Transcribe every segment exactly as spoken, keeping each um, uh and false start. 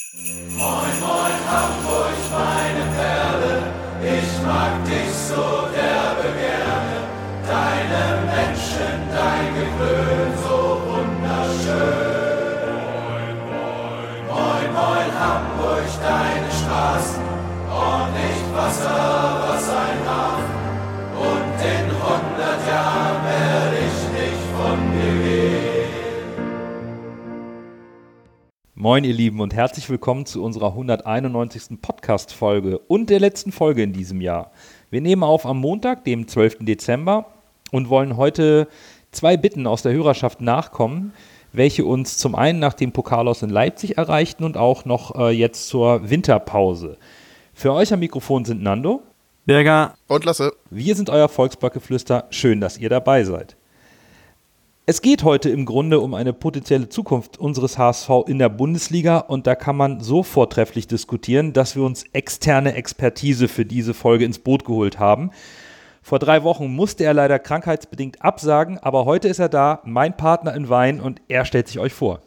Moin, moin, Hamburg, meine Perle, ich mag dich so derbe gerne. Deine Menschen, dein Geklön, so wunderschön. Moin, moin, moin, moin, Hamburg, deine Straßen, ordentlich Wasser, was ein Hafen. Und in hundert Jahren werde ich nicht von dir gehen. Moin ihr Lieben und herzlich willkommen zu unserer hunderteinundneunzigsten Podcast-Folge und der letzten Folge in diesem Jahr. Wir nehmen auf am Montag, dem zwölften Dezember und wollen heute zwei Bitten aus der Hörerschaft nachkommen, welche uns zum einen nach dem Pokal aus in Leipzig erreichten und auch noch äh, jetzt zur Winterpause. Für euch am Mikrofon sind Nando, Berger und Lasse. Wir sind euer Volksbackgeflüster. Schön, dass ihr dabei seid. Es geht heute im Grunde um eine potenzielle Zukunft unseres H S V in der Bundesliga und da kann man so vortrefflich diskutieren, dass wir uns externe Expertise für diese Folge ins Boot geholt haben. Vor drei Wochen musste er leider krankheitsbedingt absagen, aber heute ist er da, mein Partner in Wein, und er stellt sich euch vor.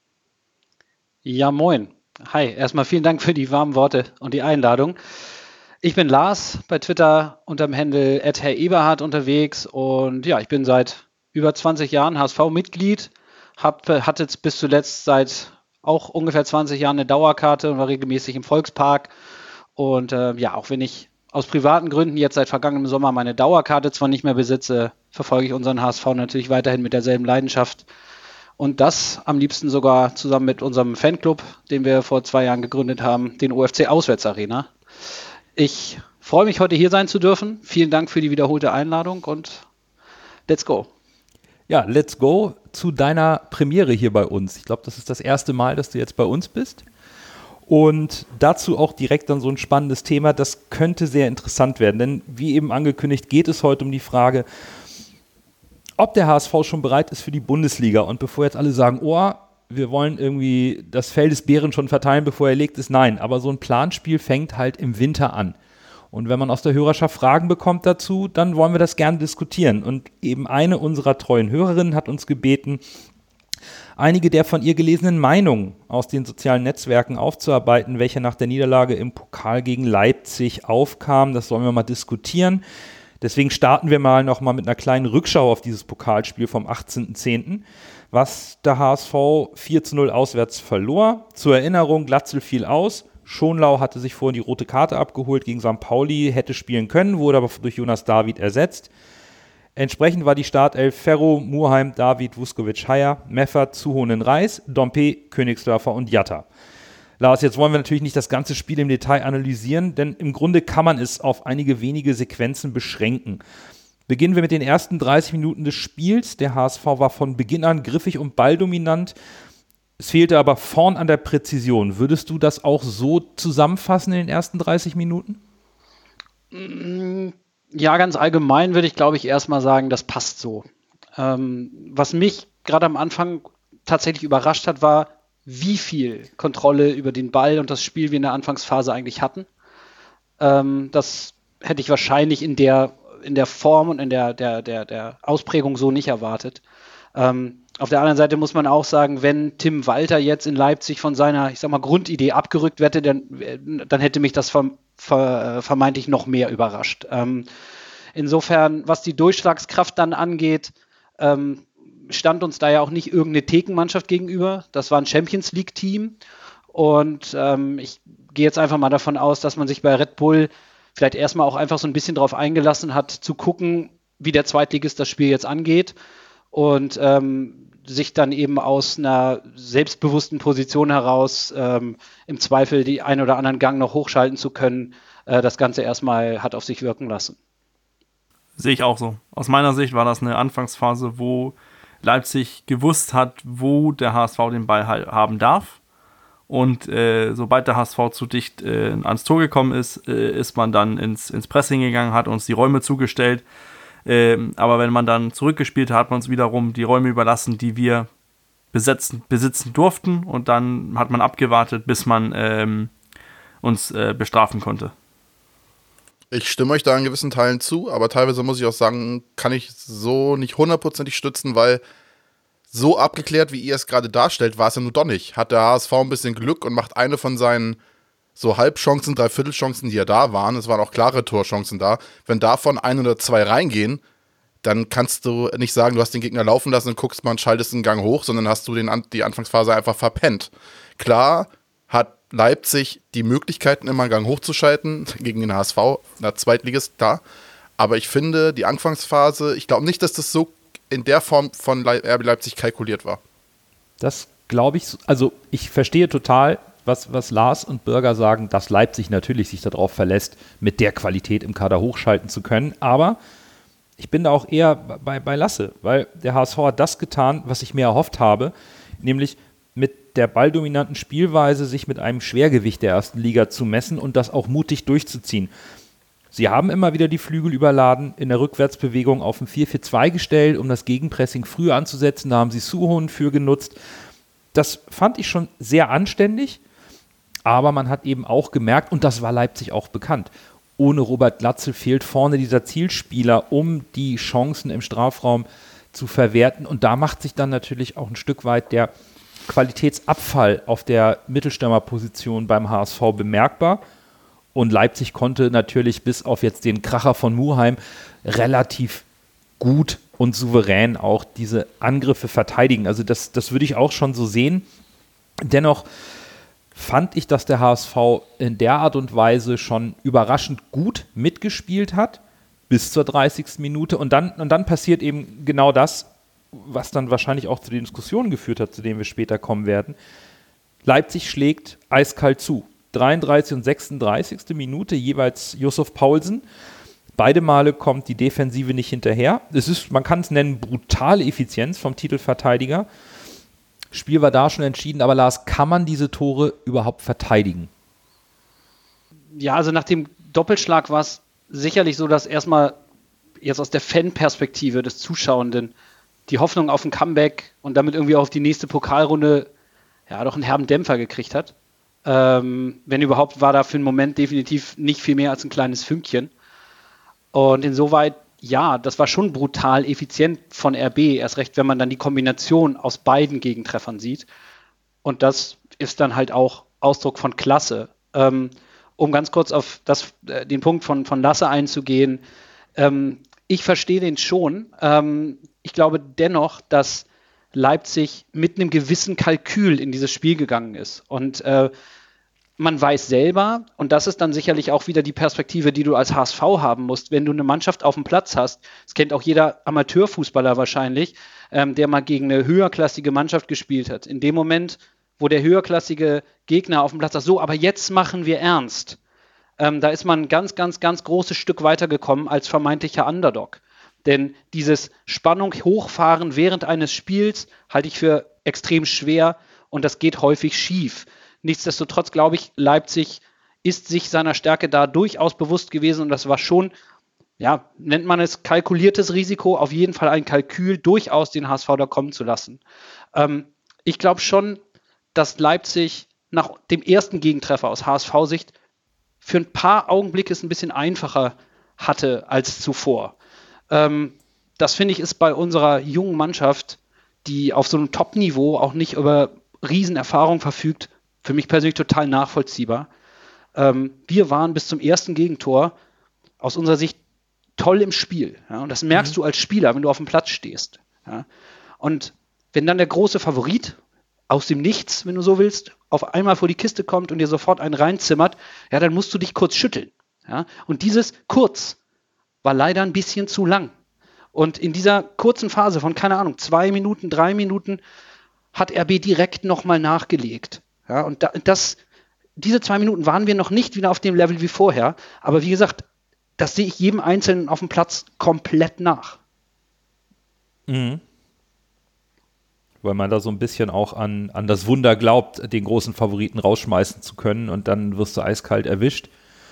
Ja, moin. Hi, erstmal vielen Dank für die warmen Worte und die Einladung. Ich bin Lars, bei Twitter unter dem Handle at Herr Eberhard unterwegs und ja, ich bin seit über zwanzig Jahren H S V-Mitglied, hab, hatte bis zuletzt seit auch ungefähr zwanzig Jahren eine Dauerkarte und war regelmäßig im Volkspark. Und äh, ja, auch wenn ich aus privaten Gründen jetzt seit vergangenem Sommer meine Dauerkarte zwar nicht mehr besitze, verfolge ich unseren H S V natürlich weiterhin mit derselben Leidenschaft. Und das am liebsten sogar zusammen mit unserem Fanclub, den wir vor zwei Jahren gegründet haben, den O F C Auswärtsarena. Ich freue mich, heute hier sein zu dürfen. Vielen Dank für die wiederholte Einladung und let's go. Ja, let's go zu deiner Premiere hier bei uns. Ich glaube, das ist das erste Mal, dass du jetzt bei uns bist. Und dazu auch direkt dann so ein spannendes Thema, das könnte sehr interessant werden. Denn wie eben angekündigt, geht es heute um die Frage, ob der H S V schon bereit ist für die Bundesliga. Und bevor jetzt alle sagen, oh, wir wollen irgendwie das Fell des Bären schon verteilen, bevor er legt, ist nein. Aber so ein Planspiel fängt halt im Winter an. Und wenn man aus der Hörerschaft Fragen bekommt dazu, dann wollen wir das gerne diskutieren. Und eben eine unserer treuen Hörerinnen hat uns gebeten, einige der von ihr gelesenen Meinungen aus den sozialen Netzwerken aufzuarbeiten, welche nach der Niederlage im Pokal gegen Leipzig aufkamen. Das sollen wir mal diskutieren. Deswegen starten wir mal noch mal mit einer kleinen Rückschau auf dieses Pokalspiel vom achtzehnten zehnten, was der H S V vier zu null auswärts verlor. Zur Erinnerung, Glatzel fiel aus. Schonlau hatte sich vorhin die rote Karte abgeholt gegen Sankt Pauli, hätte spielen können, wurde aber durch Jonas David ersetzt. Entsprechend war die Startelf Ferro, Murheim, David, Vuskovic, Haier, Meffert, Zuhonen-Reis, Dompe, Königsdörfer und Jatta. Lars, jetzt wollen wir natürlich nicht das ganze Spiel im Detail analysieren, denn im Grunde kann man es auf einige wenige Sequenzen beschränken. Beginnen wir mit den ersten dreißig Minuten des Spiels. Der H S V war von Beginn an griffig und balldominant. Es fehlte aber vorn an der Präzision. Würdest du das auch so zusammenfassen in den ersten dreißig Minuten? Ja, ganz allgemein würde ich, glaube ich, erstmal sagen, das passt so. Ähm, was mich gerade am Anfang tatsächlich überrascht hat, war, wie viel Kontrolle über den Ball und das Spiel wir in der Anfangsphase eigentlich hatten. Ähm, das hätte ich wahrscheinlich in der, in der Form und in der, der, der, der Ausprägung so nicht erwartet. Ähm, auf der anderen Seite muss man auch sagen, wenn Tim Walter jetzt in Leipzig von seiner, ich sag mal, Grundidee abgerückt hätte, dann, dann hätte mich das verm, ver, vermeintlich noch mehr überrascht. Ähm, insofern, was die Durchschlagskraft dann angeht, ähm, stand uns da ja auch nicht irgendeine Thekenmannschaft gegenüber. Das war ein Champions-League-Team und ähm, ich gehe jetzt einfach mal davon aus, dass man sich bei Red Bull vielleicht erstmal auch einfach so ein bisschen drauf eingelassen hat, zu gucken, wie der Zweitligist das Spiel jetzt angeht. Und ähm, sich dann eben aus einer selbstbewussten Position heraus ähm, im Zweifel die ein oder anderen Gang noch hochschalten zu können, äh, das Ganze erstmal hat auf sich wirken lassen. Sehe ich auch so. Aus meiner Sicht war das eine Anfangsphase, wo Leipzig gewusst hat, wo der H S V den Ball ha- haben darf. Und äh, sobald der H S V zu dicht äh, ans Tor gekommen ist, äh, ist man dann ins, ins Pressing gegangen, hat uns die Räume zugestellt. Ähm, aber wenn man dann zurückgespielt hat, hat man uns wiederum die Räume überlassen, die wir besetzen, besitzen durften. Und dann hat man abgewartet, bis man ähm, uns äh, bestrafen konnte. Ich stimme euch da in gewissen Teilen zu, aber teilweise muss ich auch sagen, kann ich so nicht hundertprozentig stützen, weil so abgeklärt, wie ihr es gerade darstellt, war es ja nur doch nicht. Hat der H S V ein bisschen Glück und macht eine von seinen so Halbchancen, Dreiviertelchancen, die ja da waren, es waren auch klare Torchancen da, wenn davon ein oder zwei reingehen, dann kannst du nicht sagen, du hast den Gegner laufen lassen und guckst mal und schaltest einen Gang hoch, sondern hast du den, die Anfangsphase einfach verpennt. Klar hat Leipzig die Möglichkeiten, immer einen Gang hochzuschalten gegen den H S V, der Zweitligist, da. Aber ich finde, die Anfangsphase, ich glaube nicht, dass das so in der Form von R B Leipzig kalkuliert war. Das glaube ich, also ich verstehe total, was, was Lars und Bürger sagen, dass Leipzig natürlich sich darauf verlässt, mit der Qualität im Kader hochschalten zu können, aber ich bin da auch eher bei, bei Lasse, weil der H S V hat das getan, was ich mir erhofft habe, nämlich mit der balldominanten Spielweise sich mit einem Schwergewicht der ersten Liga zu messen und das auch mutig durchzuziehen. Sie haben immer wieder die Flügel überladen, in der Rückwärtsbewegung auf ein vier vier zwei gestellt, um das Gegenpressing früh anzusetzen. Da haben sie Suhonen für genutzt. Das fand ich schon sehr anständig, aber man hat eben auch gemerkt, und das war Leipzig auch bekannt, ohne Robert Glatzel fehlt vorne dieser Zielspieler, um die Chancen im Strafraum zu verwerten. Und da macht sich dann natürlich auch ein Stück weit der Qualitätsabfall auf der Mittelstürmerposition beim H S V bemerkbar. Und Leipzig konnte natürlich bis auf jetzt den Kracher von Muheim relativ gut und souverän auch diese Angriffe verteidigen. Also das, das würde ich auch schon so sehen. Dennoch fand ich, dass der H S V in der Art und Weise schon überraschend gut mitgespielt hat, bis zur dreißigsten Minute. Und dann, und dann passiert eben genau das, was dann wahrscheinlich auch zu den Diskussionen geführt hat, zu denen wir später kommen werden. Leipzig schlägt eiskalt zu. dreiunddreißigste und sechsunddreißigste Minute jeweils Yusuf Paulsen. Beide Male kommt die Defensive nicht hinterher. Es ist, man kann es nennen, brutale Effizienz vom Titelverteidiger. Spiel war da schon entschieden, aber Lars, kann man diese Tore überhaupt verteidigen? Ja, also nach dem Doppelschlag war es sicherlich so, dass erstmal jetzt aus der Fan-Perspektive des Zuschauenden die Hoffnung auf ein Comeback und damit irgendwie auf die nächste Pokalrunde ja doch einen herben Dämpfer gekriegt hat. Ähm, wenn überhaupt, war da für einen Moment definitiv nicht viel mehr als ein kleines Fünkchen. Und insoweit, ja, das war schon brutal effizient von R B, erst recht, wenn man dann die Kombination aus beiden Gegentreffern sieht. Und das ist dann halt auch Ausdruck von Klasse. Ähm, um ganz kurz auf das, äh, den Punkt von, von Lasse einzugehen, ähm, ich verstehe den schon. Ähm, ich glaube dennoch, dass Leipzig mit einem gewissen Kalkül in dieses Spiel gegangen ist. Und äh, man weiß selber, und das ist dann sicherlich auch wieder die Perspektive, die du als H S V haben musst, wenn du eine Mannschaft auf dem Platz hast, das kennt auch jeder Amateurfußballer wahrscheinlich, ähm, der mal gegen eine höherklassige Mannschaft gespielt hat. In dem Moment, wo der höherklassige Gegner auf dem Platz sagt, so, aber jetzt machen wir ernst. Ähm, da ist man ein ganz, ganz, ganz großes Stück weitergekommen als vermeintlicher Underdog. Denn dieses Spannung hochfahren während eines Spiels halte ich für extrem schwer und das geht häufig schief. Nichtsdestotrotz glaube ich, Leipzig ist sich seiner Stärke da durchaus bewusst gewesen und das war schon, ja, nennt man es kalkuliertes Risiko, auf jeden Fall ein Kalkül, durchaus den H S V da kommen zu lassen. Ähm, ich glaube schon, dass Leipzig nach dem ersten Gegentreffer aus H S V-Sicht für ein paar Augenblicke es ein bisschen einfacher hatte als zuvor. Ähm, das finde ich ist bei unserer jungen Mannschaft, die auf so einem Top-Niveau auch nicht über Riesenerfahrung verfügt, für mich persönlich total nachvollziehbar. Ähm, wir waren bis zum ersten Gegentor aus unserer Sicht toll im Spiel. Ja? Und das merkst mhm. du als Spieler, wenn du auf dem Platz stehst. Ja? Und wenn dann der große Favorit aus dem Nichts, wenn du so willst, auf einmal vor die Kiste kommt und dir sofort einen reinzimmert, ja, dann musst du dich kurz schütteln. Ja? Und dieses kurz war leider ein bisschen zu lang. Und in dieser kurzen Phase von, keine Ahnung, zwei Minuten, drei Minuten hat R B direkt nochmal nachgelegt. Ja, und da, das, diese zwei Minuten waren wir noch nicht wieder auf dem Level wie vorher. Aber wie gesagt, das sehe ich jedem Einzelnen auf dem Platz komplett nach. Mhm. Weil man da so ein bisschen auch an, an das Wunder glaubt, den großen Favoriten rausschmeißen zu können und dann wirst du eiskalt erwischt.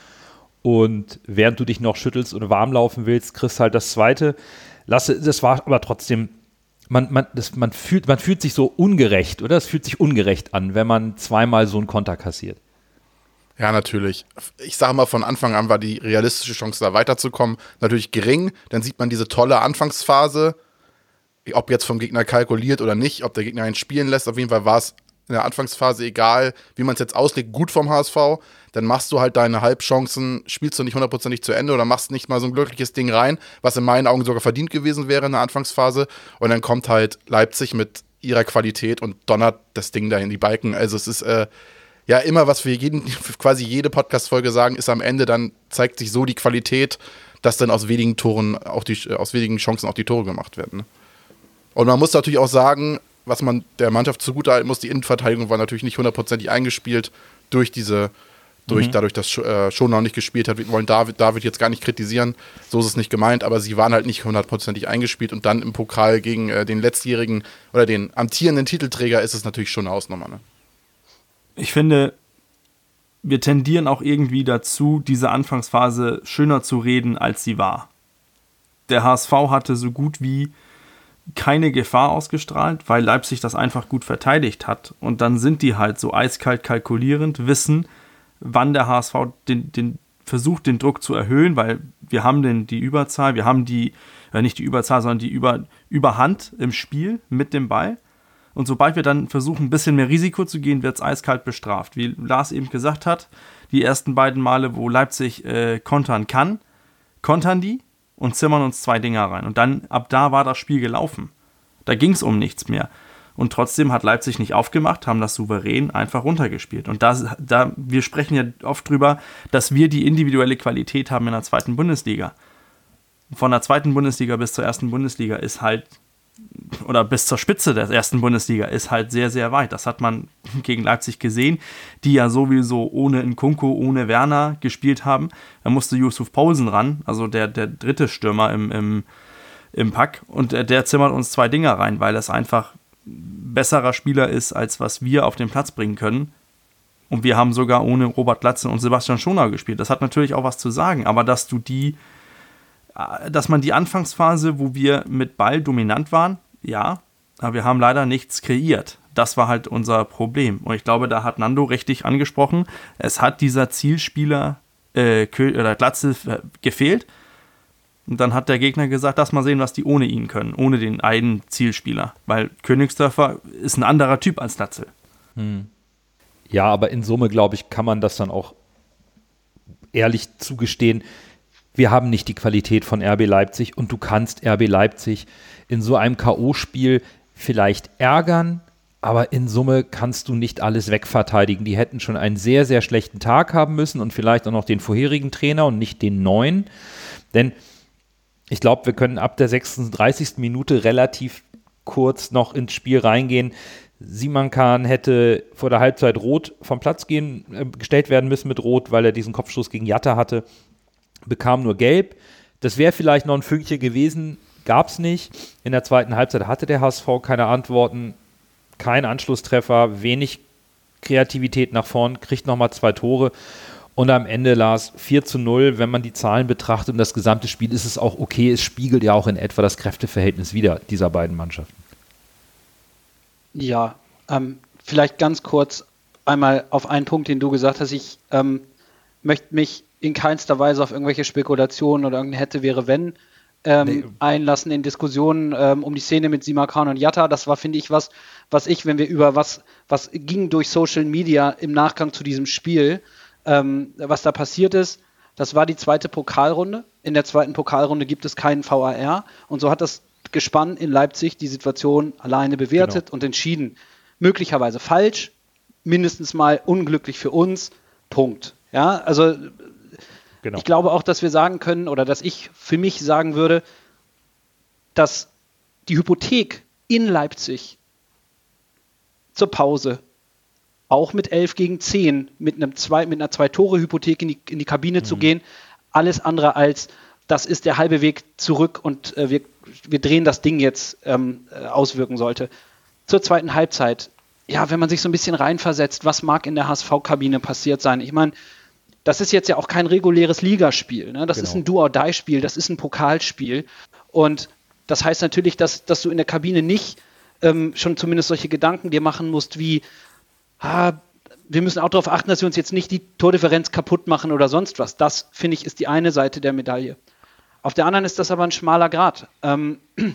Und während du dich noch schüttelst und warm laufen willst, kriegst du halt das Zweite. Lasse, das war aber trotzdem, man, man, das, man, fühlt, man fühlt sich so ungerecht, oder? Es fühlt sich ungerecht an, wenn man zweimal so einen Konter kassiert. Ja, natürlich. Ich sage mal, von Anfang an war die realistische Chance, da weiterzukommen, natürlich gering. Dann sieht man diese tolle Anfangsphase ob jetzt vom Gegner kalkuliert oder nicht, ob der Gegner einen spielen lässt. Auf jeden Fall war es in der Anfangsphase, egal wie man es jetzt auslegt, gut vom H S V. Dann machst du halt deine Halbchancen, spielst du nicht hundertprozentig zu Ende oder machst nicht mal so ein glückliches Ding rein, was in meinen Augen sogar verdient gewesen wäre in der Anfangsphase. Und dann kommt halt Leipzig mit ihrer Qualität und donnert das Ding da in die Balken. Also es ist äh, ja immer, was wir jeden, quasi jede Podcast-Folge sagen, ist am Ende, dann zeigt sich so die Qualität, dass dann aus wenigen Toren auch die, aus wenigen Chancen auch die Tore gemacht werden. Ne? Und man muss natürlich auch sagen, was man der Mannschaft zugutehalten muss, die Innenverteidigung war natürlich nicht hundertprozentig eingespielt durch diese, durch, mhm. dadurch, dass äh, Schonau nicht gespielt hat. Wir wollen David, David jetzt gar nicht kritisieren, so ist es nicht gemeint, aber sie waren halt nicht hundertprozentig eingespielt und dann im Pokal gegen äh, den letztjährigen oder den amtierenden Titelträger ist es natürlich schon eine Ausnahme. Ne? Ich finde, wir tendieren auch irgendwie dazu, diese Anfangsphase schöner zu reden, als sie war. Der H S V hatte so gut wie keine Gefahr ausgestrahlt, weil Leipzig das einfach gut verteidigt hat. Und dann sind die halt so eiskalt kalkulierend, wissen, wann der H S V den, den versucht, den Druck zu erhöhen, weil wir haben den, die Überzahl, wir haben die, äh nicht die Überzahl, sondern die Über, Überhand im Spiel mit dem Ball. Und sobald wir dann versuchen, ein bisschen mehr Risiko zu gehen, wird es eiskalt bestraft. Wie Lars eben gesagt hat, die ersten beiden Male, wo Leipzig äh, kontern kann, kontern die und zimmern uns zwei Dinger rein. Und dann, ab da war das Spiel gelaufen. Da ging es um nichts mehr. Und trotzdem hat Leipzig nicht aufgemacht, haben das souverän einfach runtergespielt. Und da, da, wir sprechen ja oft drüber, dass wir die individuelle Qualität haben in der zweiten Bundesliga. Von der zweiten Bundesliga bis zur ersten Bundesliga ist halt, oder bis zur Spitze der ersten Bundesliga ist halt sehr, sehr weit. Das hat man gegen Leipzig gesehen, die ja sowieso ohne Nkunku, ohne Werner gespielt haben. Da musste Yusuf Poulsen ran, also der, der dritte Stürmer im, im, im Pack. Und der, der zimmert uns zwei Dinger rein, weil es einfach besserer Spieler ist, als was wir auf den Platz bringen können. Und wir haben sogar ohne Robert Glatze und Sebastian Schonau gespielt. Das hat natürlich auch was zu sagen, aber dass du die dass man die Anfangsphase, wo wir mit Ball dominant waren, ja, aber wir haben leider nichts kreiert. Das war halt unser Problem. Und ich glaube, da hat Nando richtig angesprochen, es hat dieser Zielspieler äh, oder Glatze gefehlt. Und dann hat der Gegner gesagt, lass mal sehen, was die ohne ihn können, ohne den einen Zielspieler. Weil Königsdörfer ist ein anderer Typ als Glatze. Hm. Ja, aber in Summe, glaube ich, kann man das dann auch ehrlich zugestehen. Wir haben nicht die Qualität von R B Leipzig und du kannst R B Leipzig in so einem K O-Spiel vielleicht ärgern, aber in Summe kannst du nicht alles wegverteidigen. Die hätten schon einen sehr, sehr schlechten Tag haben müssen und vielleicht auch noch den vorherigen Trainer und nicht den neuen. Denn ich glaube, wir können ab der sechsunddreißigsten Minute relativ kurz noch ins Spiel reingehen. Simakan hätte vor der Halbzeit rot vom Platz gehen, äh, gestellt werden müssen mit Rot, weil er diesen Kopfstoß gegen Jatta hatte. Bekam nur gelb. Das wäre vielleicht noch ein Fünkchen gewesen, gab es nicht. In der zweiten Halbzeit hatte der H S V keine Antworten, kein Anschlusstreffer, wenig Kreativität nach vorn, kriegt nochmal zwei Tore und am Ende Lars vier zu null. Wenn man die Zahlen betrachtet und das gesamte Spiel, ist es auch okay. Es spiegelt ja auch in etwa das Kräfteverhältnis wider dieser beiden Mannschaften. Ja, ähm, vielleicht ganz kurz einmal auf einen Punkt, den du gesagt hast. Ich ähm, möchte mich in keinster Weise auf irgendwelche Spekulationen oder irgendein hätte, wäre, wenn ähm, nee. einlassen in Diskussionen ähm, um die Szene mit Simakan und Jatta. Das war, finde ich, was, was ich, wenn wir über was, was ging durch Social Media im Nachgang zu diesem Spiel, ähm, was da passiert ist, das war die zweite Pokalrunde. In der zweiten Pokalrunde gibt es keinen V A R und so hat das Gespann in Leipzig die Situation alleine bewertet genau. und entschieden. Möglicherweise falsch, mindestens mal unglücklich für uns, Punkt. Ja, also Genau. Ich glaube auch, dass wir sagen können, oder dass ich für mich sagen würde, dass die Hypothek in Leipzig zur Pause auch mit elf gegen zehn, mit, einem zwei, mit einer Zwei-Tore-Hypothek in die, in die Kabine mhm. zu gehen, alles andere als, das ist der halbe Weg zurück und äh, wir, wir drehen das Ding jetzt ähm, auswirken sollte. Zur zweiten Halbzeit, ja, wenn man sich so ein bisschen reinversetzt, was mag in der H S V-Kabine passiert sein? Ich meine, das ist jetzt ja auch kein reguläres Ligaspiel, ne? Das genau. ist ein Do-or-Die-Spiel, das ist ein Pokalspiel. Und das heißt natürlich, dass, dass du in der Kabine nicht ähm, schon zumindest solche Gedanken dir machen musst, wie, ah, wir müssen auch darauf achten, dass wir uns jetzt nicht die Tordifferenz kaputt machen oder sonst was. Das, finde ich, ist die eine Seite der Medaille. Auf der anderen ist das aber ein schmaler Grat. Ähm,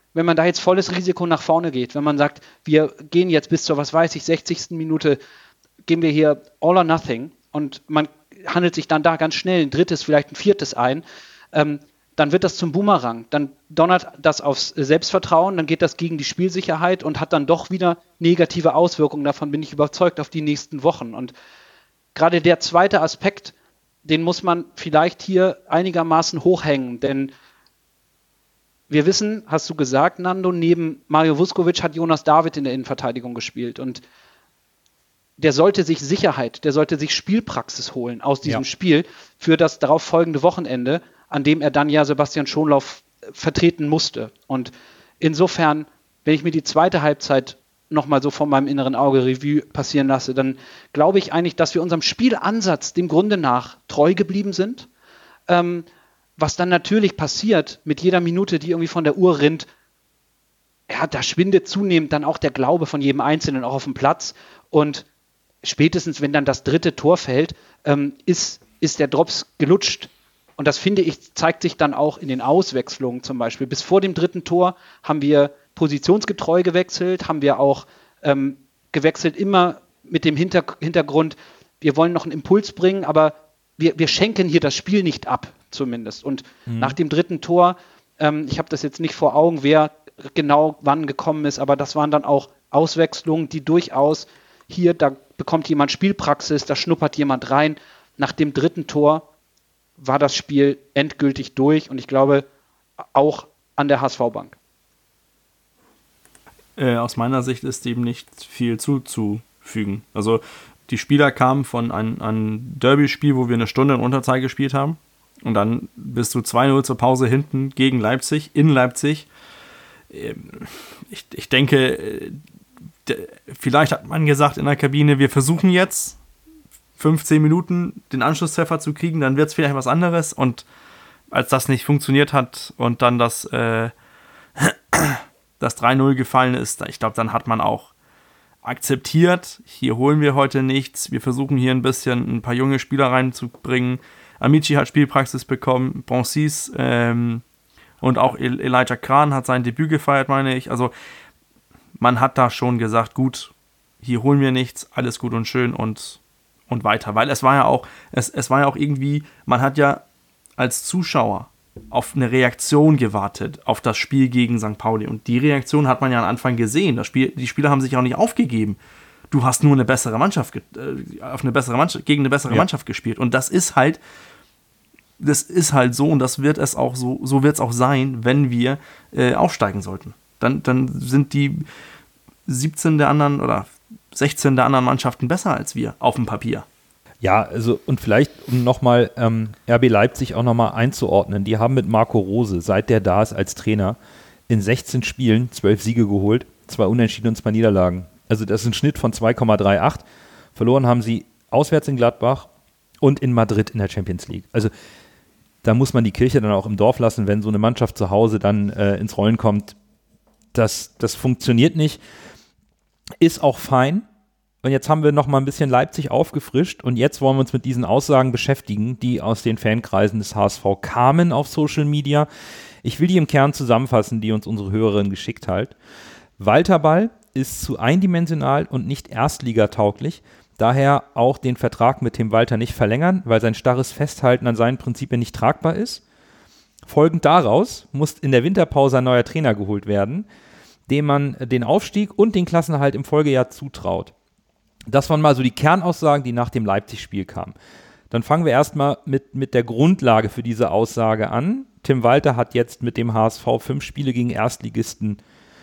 wenn man da jetzt volles Risiko nach vorne geht, wenn man sagt, wir gehen jetzt bis zur, was weiß ich, sechzigsten Minute, gehen wir hier all or nothing und man handelt sich dann da ganz schnell ein drittes, vielleicht ein viertes ein, ähm, dann wird das zum Boomerang. Dann donnert das aufs Selbstvertrauen, dann geht das gegen die Spielsicherheit und hat dann doch wieder negative Auswirkungen. Davon bin ich überzeugt auf die nächsten Wochen. Und gerade der zweite Aspekt, den muss man vielleicht hier einigermaßen hochhängen, denn wir wissen, hast du gesagt, Nando, neben Mario Vuskovic hat Jonas David in der Innenverteidigung gespielt und der sollte sich Sicherheit, der sollte sich Spielpraxis holen aus diesem ja. Spiel für das darauf folgende Wochenende, an dem er dann ja Sebastian Schonlauf vertreten musste. Und insofern, wenn ich mir die zweite Halbzeit nochmal so von meinem inneren Auge Revue passieren lasse, dann glaube ich eigentlich, dass wir unserem Spielansatz dem Grunde nach treu geblieben sind. Ähm, was dann natürlich passiert mit jeder Minute, die irgendwie von der Uhr rinnt, ja, da schwindet zunehmend dann auch der Glaube von jedem Einzelnen auch auf dem Platz. Und spätestens, wenn dann das dritte Tor fällt, ähm, ist, ist der Drops gelutscht. Und das, finde ich, zeigt sich dann auch in den Auswechslungen zum Beispiel. Bis vor dem dritten Tor haben wir positionsgetreu gewechselt, haben wir auch ähm, gewechselt immer mit dem Hinter- Hintergrund, wir wollen noch einen Impuls bringen, aber wir, wir schenken hier das Spiel nicht ab, zumindest. Und mhm. nach dem dritten Tor, ähm, ich habe das jetzt nicht vor Augen, wer genau wann gekommen ist, aber das waren dann auch Auswechslungen, die durchaus hier, da bekommt jemand Spielpraxis, da schnuppert jemand rein. Nach dem dritten Tor war das Spiel endgültig durch und ich glaube auch an der H S V-Bank. Äh, aus meiner Sicht ist dem nicht viel zuzufügen. Also die Spieler kamen von einem, einem Derby-Spiel, wo wir eine Stunde in Unterzahl gespielt haben und dann bist du zwei null zur Pause hinten gegen Leipzig, in Leipzig. Ich, ich denke, vielleicht hat man gesagt in der Kabine, wir versuchen jetzt fünfzehn Minuten den Anschlusstreffer zu kriegen, dann wird es vielleicht was anderes. Und als das nicht funktioniert hat und dann das, äh, das drei null gefallen ist, ich glaube, dann hat man auch akzeptiert, hier holen wir heute nichts, wir versuchen hier ein bisschen ein paar junge Spieler reinzubringen. Amici hat Spielpraxis bekommen, Bronsis ähm, und auch El- Elijah Kran hat sein Debüt gefeiert, meine ich. Also man hat da schon gesagt, gut, hier holen wir nichts, alles gut und schön und und weiter, weil es war ja auch, es, es war ja auch irgendwie, man hat ja als Zuschauer auf eine Reaktion gewartet, auf das Spiel gegen Sankt Pauli und die Reaktion hat man ja am Anfang gesehen, das Spiel, die Spieler haben sich auch nicht aufgegeben, du hast nur eine bessere Mannschaft, äh, auf eine bessere Mannschaft, gegen eine bessere ja. Mannschaft gespielt und das ist halt, das ist halt so und das wird es auch so, so wird es auch sein, wenn wir äh, aufsteigen sollten, dann, dann sind die siebzehn der anderen oder sechzehn der anderen Mannschaften besser als wir auf dem Papier. Ja, also und vielleicht, um nochmal ähm, R B Leipzig auch nochmal einzuordnen, die haben mit Marco Rose, seit der da ist als Trainer, in sechzehn Spielen zwölf Siege geholt, zwei Unentschieden und zwei Niederlagen. Also das ist ein Schnitt von zwei Komma achtunddreißig. Verloren haben sie auswärts in Gladbach und in Madrid in der Champions League. Also da muss man die Kirche dann auch im Dorf lassen, wenn so eine Mannschaft zu Hause dann äh, ins Rollen kommt. Das, das funktioniert nicht. Ist auch fein. Und jetzt haben wir noch mal ein bisschen Leipzig aufgefrischt und jetzt wollen wir uns mit diesen Aussagen beschäftigen, die aus den Fankreisen des H S V kamen auf Social Media. Ich will die im Kern zusammenfassen, die uns unsere Hörerin geschickt hat. Walter Ball ist zu eindimensional und nicht erstligatauglich, daher auch den Vertrag mit Tim Walter nicht verlängern, weil sein starres Festhalten an seinen Prinzipien nicht tragbar ist. Folgend daraus muss in der Winterpause ein neuer Trainer geholt werden, dem man den Aufstieg und den Klassenerhalt im Folgejahr zutraut. Das waren mal so die Kernaussagen, die nach dem Leipzig-Spiel kamen. Dann fangen wir erstmal mit, mit der Grundlage für diese Aussage an. Tim Walter hat jetzt mit dem H S V fünf Spiele gegen Erstligisten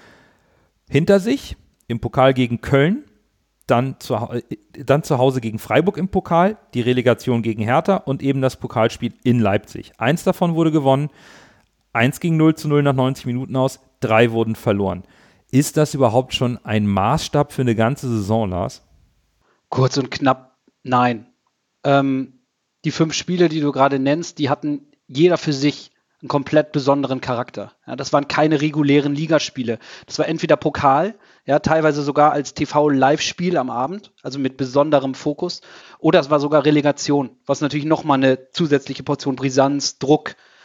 hinter sich. Im Pokal gegen Köln, dann zu, dann zu Hause gegen Freiburg im Pokal, die Relegation gegen Hertha und eben das Pokalspiel in Leipzig. Eins davon wurde gewonnen, eins ging null zu null nach neunzig Minuten aus, drei wurden verloren. Ist das überhaupt schon ein Maßstab für eine ganze Saison, Lars? Kurz und knapp, nein. Ähm, die fünf Spiele, die du gerade nennst, die hatten jeder für sich einen komplett besonderen Charakter. Ja, das waren keine regulären Ligaspiele. Das war entweder Pokal, ja, teilweise sogar als T V-Live-Spiel am Abend, also mit besonderem Fokus, oder es war sogar Relegation, was natürlich nochmal eine zusätzliche Portion Brisanz, Druck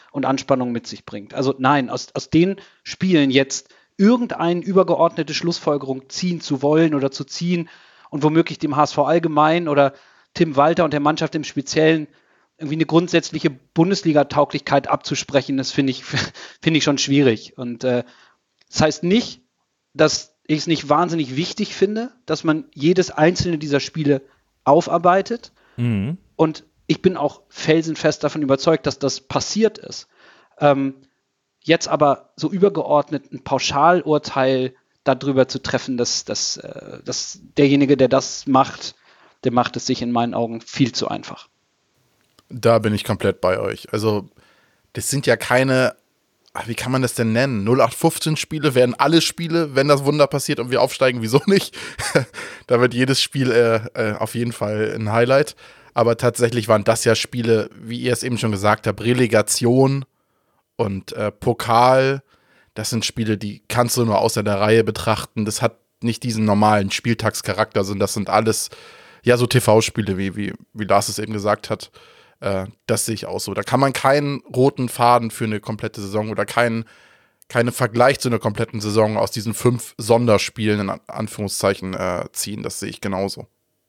und Anspannung mit sich bringt. Also nein, aus, aus den Spielen jetzt irgendeine übergeordnete Schlussfolgerung ziehen zu wollen oder zu ziehen und womöglich dem H S V allgemein oder Tim Walter und der Mannschaft im Speziellen irgendwie eine grundsätzliche Bundesliga-Tauglichkeit abzusprechen, das finde ich, finde ich schon schwierig. Und äh, das heißt nicht, dass ich es nicht wahnsinnig wichtig finde, dass man jedes einzelne dieser Spiele aufarbeitet. Mhm. Und ich bin auch felsenfest davon überzeugt, dass das passiert ist. Ähm, jetzt aber so übergeordnet ein Pauschalurteil darüber zu treffen, dass, dass, äh, dass derjenige, der das macht, der macht es sich in meinen Augen viel zu einfach. Da bin ich komplett bei euch. Also, das sind ja keine, wie kann man das denn nennen? null acht fünfzehn Spiele werden alle Spiele, wenn das Wunder passiert und wir aufsteigen, wieso nicht? Da wird jedes Spiel äh, äh, auf jeden Fall ein Highlight. Aber tatsächlich waren das ja Spiele, wie ihr es eben schon gesagt habt, Relegation und äh, Pokal. Das sind Spiele, die kannst du nur außer der Reihe betrachten. Das hat nicht diesen normalen Spieltagscharakter, sondern das sind alles ja so T V-Spiele, wie, wie, wie Lars es eben gesagt hat. Äh, das sehe ich auch so. Da kann man keinen roten Faden für eine komplette Saison oder keinen keinen Vergleich zu einer kompletten Saison aus diesen fünf Sonderspielen in Anführungszeichen äh, ziehen. Das sehe ich genauso.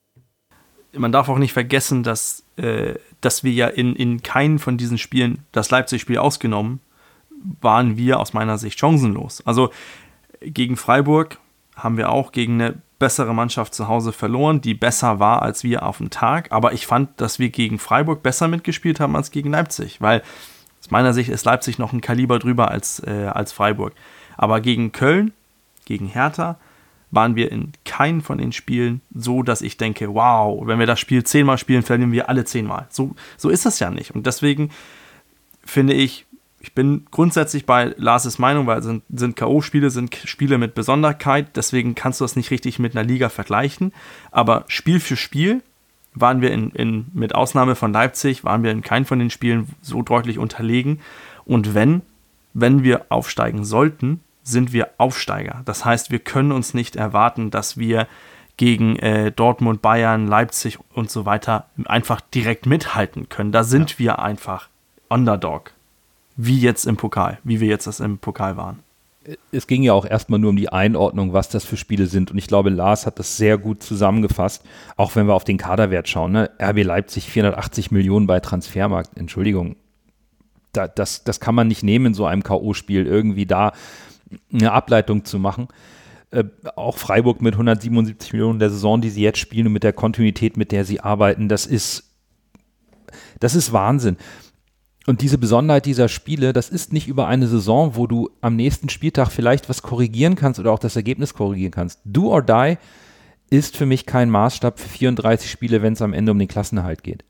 Man darf auch nicht vergessen, dass, äh, dass wir ja in, in keinen von diesen Spielen, das Leipzig-Spiel ausgenommen, waren wir aus meiner Sicht chancenlos. Also gegen Freiburg haben wir auch gegen eine bessere Mannschaft zu Hause verloren, die besser war als wir auf dem Tag. Aber ich fand, dass wir gegen Freiburg besser mitgespielt haben als gegen Leipzig, weil aus meiner Sicht ist Leipzig noch ein Kaliber drüber als, äh, als Freiburg. Aber gegen Köln, gegen Hertha, waren wir in keinem von den Spielen so, dass ich denke, wow, wenn wir das Spiel zehnmal spielen, verlieren wir alle zehnmal. So, so ist das ja nicht. Und deswegen finde ich, ich bin grundsätzlich bei Lars' Meinung, weil sind, sind K O-Spiele, sind Spiele mit Besonderheit, deswegen kannst du das nicht richtig mit einer Liga vergleichen. Aber Spiel für Spiel waren wir in, in, mit Ausnahme von Leipzig, waren wir in keinem von den Spielen so deutlich unterlegen. Und wenn, wenn wir aufsteigen sollten, sind wir Aufsteiger. Das heißt, wir können uns nicht erwarten, dass wir gegen äh, Dortmund, Bayern, Leipzig und so weiter einfach direkt mithalten können. Da sind ja. wir einfach Underdog. Wie jetzt im Pokal, wie wir jetzt das im Pokal waren. Es ging ja auch erstmal nur um die Einordnung, was das für Spiele sind. Und ich glaube, Lars hat das sehr gut zusammengefasst, auch wenn wir auf den Kaderwert schauen. Ne? R B Leipzig vierhundertachtzig Millionen bei Transfermarkt. Entschuldigung, da, das, das kann man nicht nehmen in so einem K O-Spiel, irgendwie da eine Ableitung zu machen. Äh, auch Freiburg mit hundertsiebenundsiebzig Millionen der Saison, die sie jetzt spielen und mit der Kontinuität, mit der sie arbeiten, das ist, das ist Wahnsinn. Und diese Besonderheit dieser Spiele, das ist nicht über eine Saison, wo du am nächsten Spieltag vielleicht was korrigieren kannst oder auch das Ergebnis korrigieren kannst. Do or die ist für mich kein Maßstab für vierunddreißig Spiele, wenn es am Ende um den Klassenerhalt geht.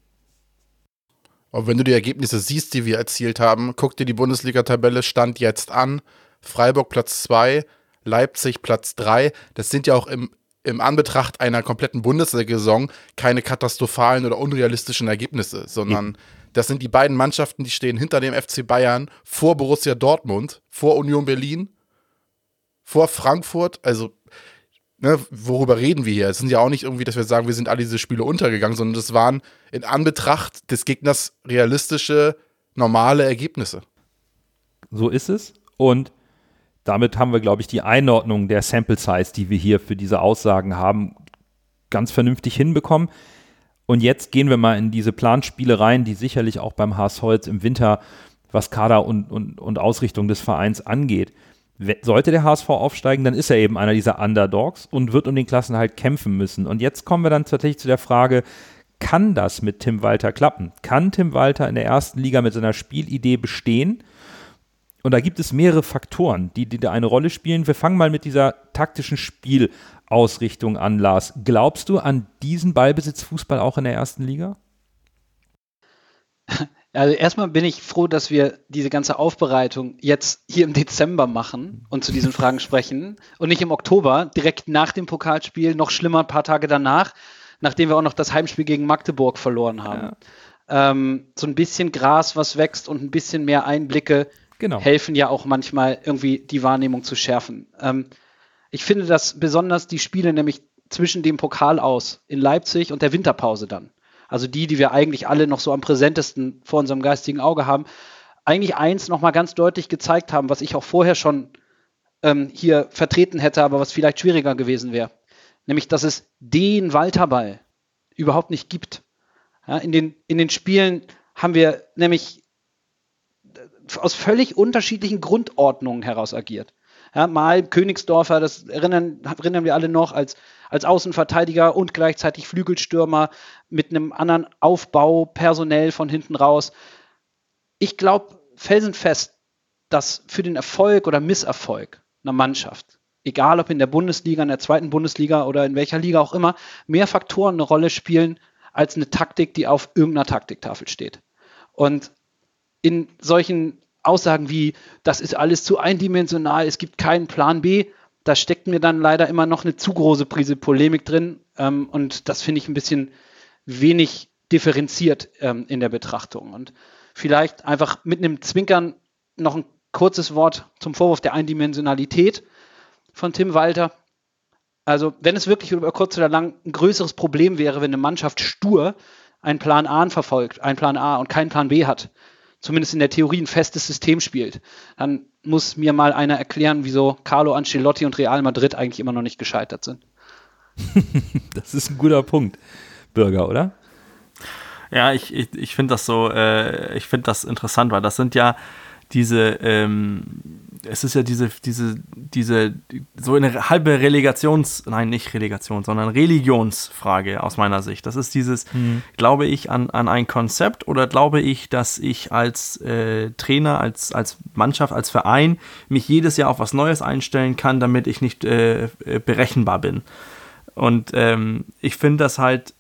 Aber wenn du die Ergebnisse siehst, die wir erzielt haben, guck dir die Bundesliga-Tabelle Stand jetzt an. Freiburg Platz zwei, Leipzig Platz drei. Das sind ja auch im, im Anbetracht einer kompletten Bundesliga-Saison keine katastrophalen oder unrealistischen Ergebnisse, sondern mhm. das sind die beiden Mannschaften, die stehen hinter dem F C Bayern, vor Borussia Dortmund, vor Union Berlin, vor Frankfurt. Also, ne, worüber reden wir hier? Es sind ja auch nicht irgendwie, dass wir sagen, wir sind alle diese Spiele untergegangen, sondern das waren in Anbetracht des Gegners realistische, normale Ergebnisse. So ist es. Und damit haben wir, glaube ich, die Einordnung der Sample Size, die wir hier für diese Aussagen haben, ganz vernünftig hinbekommen. Und jetzt gehen wir mal in diese Planspiele rein, die sicherlich auch beim H S V jetzt im Winter, was Kader und, und, und Ausrichtung des Vereins angeht. Sollte der H S V aufsteigen, dann ist er eben einer dieser Underdogs und wird um den Klassenerhalt kämpfen müssen. Und jetzt kommen wir dann tatsächlich zu der Frage, kann das mit Tim Walter klappen? Kann Tim Walter in der ersten Liga mit seiner Spielidee bestehen? Und da gibt es mehrere Faktoren, die, die da eine Rolle spielen. Wir fangen mal mit dieser taktischen Spielausrichtung an, Lars. Glaubst du an diesen Ballbesitzfußball auch in der ersten Liga? Also erstmal bin ich froh, dass wir diese ganze Aufbereitung jetzt hier im Dezember machen und zu diesen Fragen sprechen und nicht im Oktober, direkt nach dem Pokalspiel, noch schlimmer ein paar Tage danach, nachdem wir auch noch das Heimspiel gegen Magdeburg verloren haben. Ja. Ähm, so ein bisschen Gras, was wächst und ein bisschen mehr Einblicke Genau. helfen ja auch manchmal irgendwie die Wahrnehmung zu schärfen. Ähm, ich finde, dass besonders die Spiele nämlich zwischen dem Pokal aus in Leipzig und der Winterpause dann, also die, die wir eigentlich alle noch so am präsentesten vor unserem geistigen Auge haben, eigentlich eins nochmal ganz deutlich gezeigt haben, was ich auch vorher schon ähm, hier vertreten hätte, aber was vielleicht schwieriger gewesen wäre. Nämlich, dass es den Walterball überhaupt nicht gibt. Ja, in den, in den Spielen haben wir nämlich aus völlig unterschiedlichen Grundordnungen heraus agiert. Ja, mal Königsdorfer, das erinnern, erinnern wir alle noch, als, als Außenverteidiger und gleichzeitig Flügelstürmer mit einem anderen Aufbau, personell von hinten raus. Ich glaube felsenfest, dass für den Erfolg oder Misserfolg einer Mannschaft, egal ob in der Bundesliga, in der zweiten Bundesliga oder in welcher Liga auch immer, mehr Faktoren eine Rolle spielen als eine Taktik, die auf irgendeiner Taktiktafel steht. Und in solchen Aussagen wie, das ist alles zu eindimensional, es gibt keinen Plan B, da steckt mir dann leider immer noch eine zu große Prise Polemik drin. Ähm, und das finde ich ein bisschen wenig differenziert ähm, in der Betrachtung. Und vielleicht einfach mit einem Zwinkern noch ein kurzes Wort zum Vorwurf der Eindimensionalität von Tim Walter. Also wenn es wirklich über kurz oder lang ein größeres Problem wäre, wenn eine Mannschaft stur einen Plan A verfolgt, einen Plan A und keinen Plan B hat, zumindest in der Theorie ein festes System spielt, dann muss mir mal einer erklären, wieso Carlo Ancelotti und Real Madrid eigentlich immer noch nicht gescheitert sind. Das ist ein guter Punkt, Bürger, oder? Ja, ich, ich, ich finde das so, äh, ich finde das interessant, weil das sind ja diese, ähm, es ist ja diese, diese, diese, so eine halbe Relegations, nein, nicht Relegation, sondern Religionsfrage aus meiner Sicht. Das ist dieses, mhm. glaube ich an, an ein Konzept oder glaube ich, dass ich als äh, Trainer, als, als Mannschaft, als Verein mich jedes Jahr auf was Neues einstellen kann, damit ich nicht äh, berechenbar bin. Und ähm, ich finde das halt,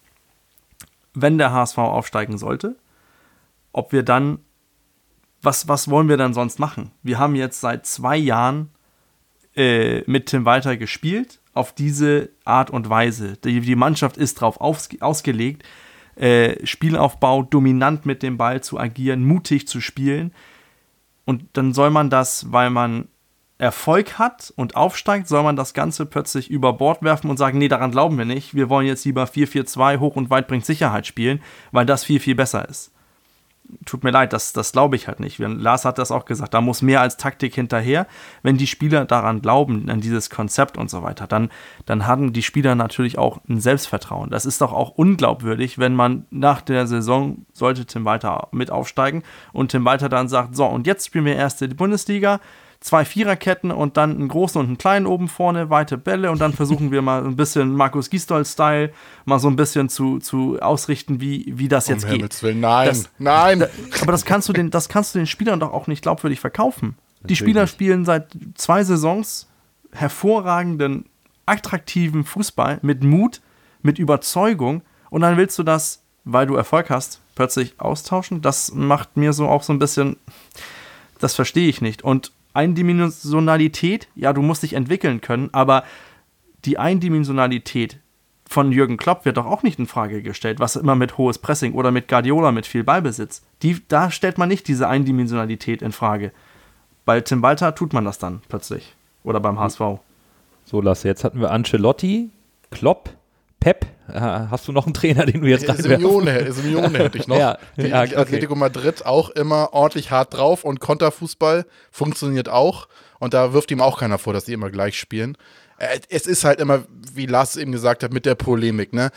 wenn der H S V aufsteigen sollte, ob wir dann Was, was wollen wir dann sonst machen? Wir haben jetzt seit zwei Jahren äh, mit Tim Walter gespielt, auf diese Art und Weise. Die, die Mannschaft ist darauf ausgelegt, äh, Spielaufbau dominant mit dem Ball zu agieren, mutig zu spielen. Und dann soll man das, weil man Erfolg hat und aufsteigt, soll man das Ganze plötzlich über Bord werfen und sagen, nee, daran glauben wir nicht. Wir wollen jetzt lieber vier vier zwei hoch und weit bringt Sicherheit spielen, weil das viel, viel besser ist. Tut mir leid, das, das glaube ich halt nicht. Lars hat das auch gesagt, da muss mehr als Taktik hinterher. Wenn die Spieler daran glauben, an dieses Konzept und so weiter, dann, dann haben die Spieler natürlich auch ein Selbstvertrauen. Das ist doch auch unglaubwürdig, wenn man nach der Saison, sollte Tim Walter mit aufsteigen und Tim Walter dann sagt, so und jetzt spielen wir erste Bundesliga, zwei Viererketten und dann einen großen und einen kleinen oben vorne, weite Bälle und dann versuchen wir mal ein bisschen Markus Gisdol-Style mal so ein bisschen zu, zu ausrichten, wie, wie das jetzt um geht. Himmels Willen, nein, das, nein. Da, aber das kannst du den, das kannst du den Spielern doch auch nicht glaubwürdig verkaufen. Die Spieler spielen seit zwei Saisons hervorragenden, attraktiven Fußball mit Mut, mit Überzeugung und dann willst du das, weil du Erfolg hast, plötzlich austauschen. Das macht mir so auch so ein bisschen, das verstehe ich nicht. Und Eindimensionalität, ja, du musst dich entwickeln können, aber die Eindimensionalität von Jürgen Klopp wird doch auch nicht in Frage gestellt, was immer mit hohes Pressing oder mit Guardiola mit viel Ballbesitz. Die, da stellt man nicht diese Eindimensionalität in Frage. Bei Tim Walter tut man das dann plötzlich. Oder beim H S V. So, Lasse, jetzt hatten wir Ancelotti, Klopp, Pep. Äh, hast du noch einen Trainer, den du jetzt reinwerfen? Simeone, Simeone hätte ich noch. Ja, die, ja, die okay. Atletico Madrid auch immer ordentlich hart drauf und Konterfußball funktioniert auch. Und da wirft ihm auch keiner vor, dass die immer gleich spielen. Äh, es ist halt immer, wie Lars eben gesagt hat, mit der Polemik, ne?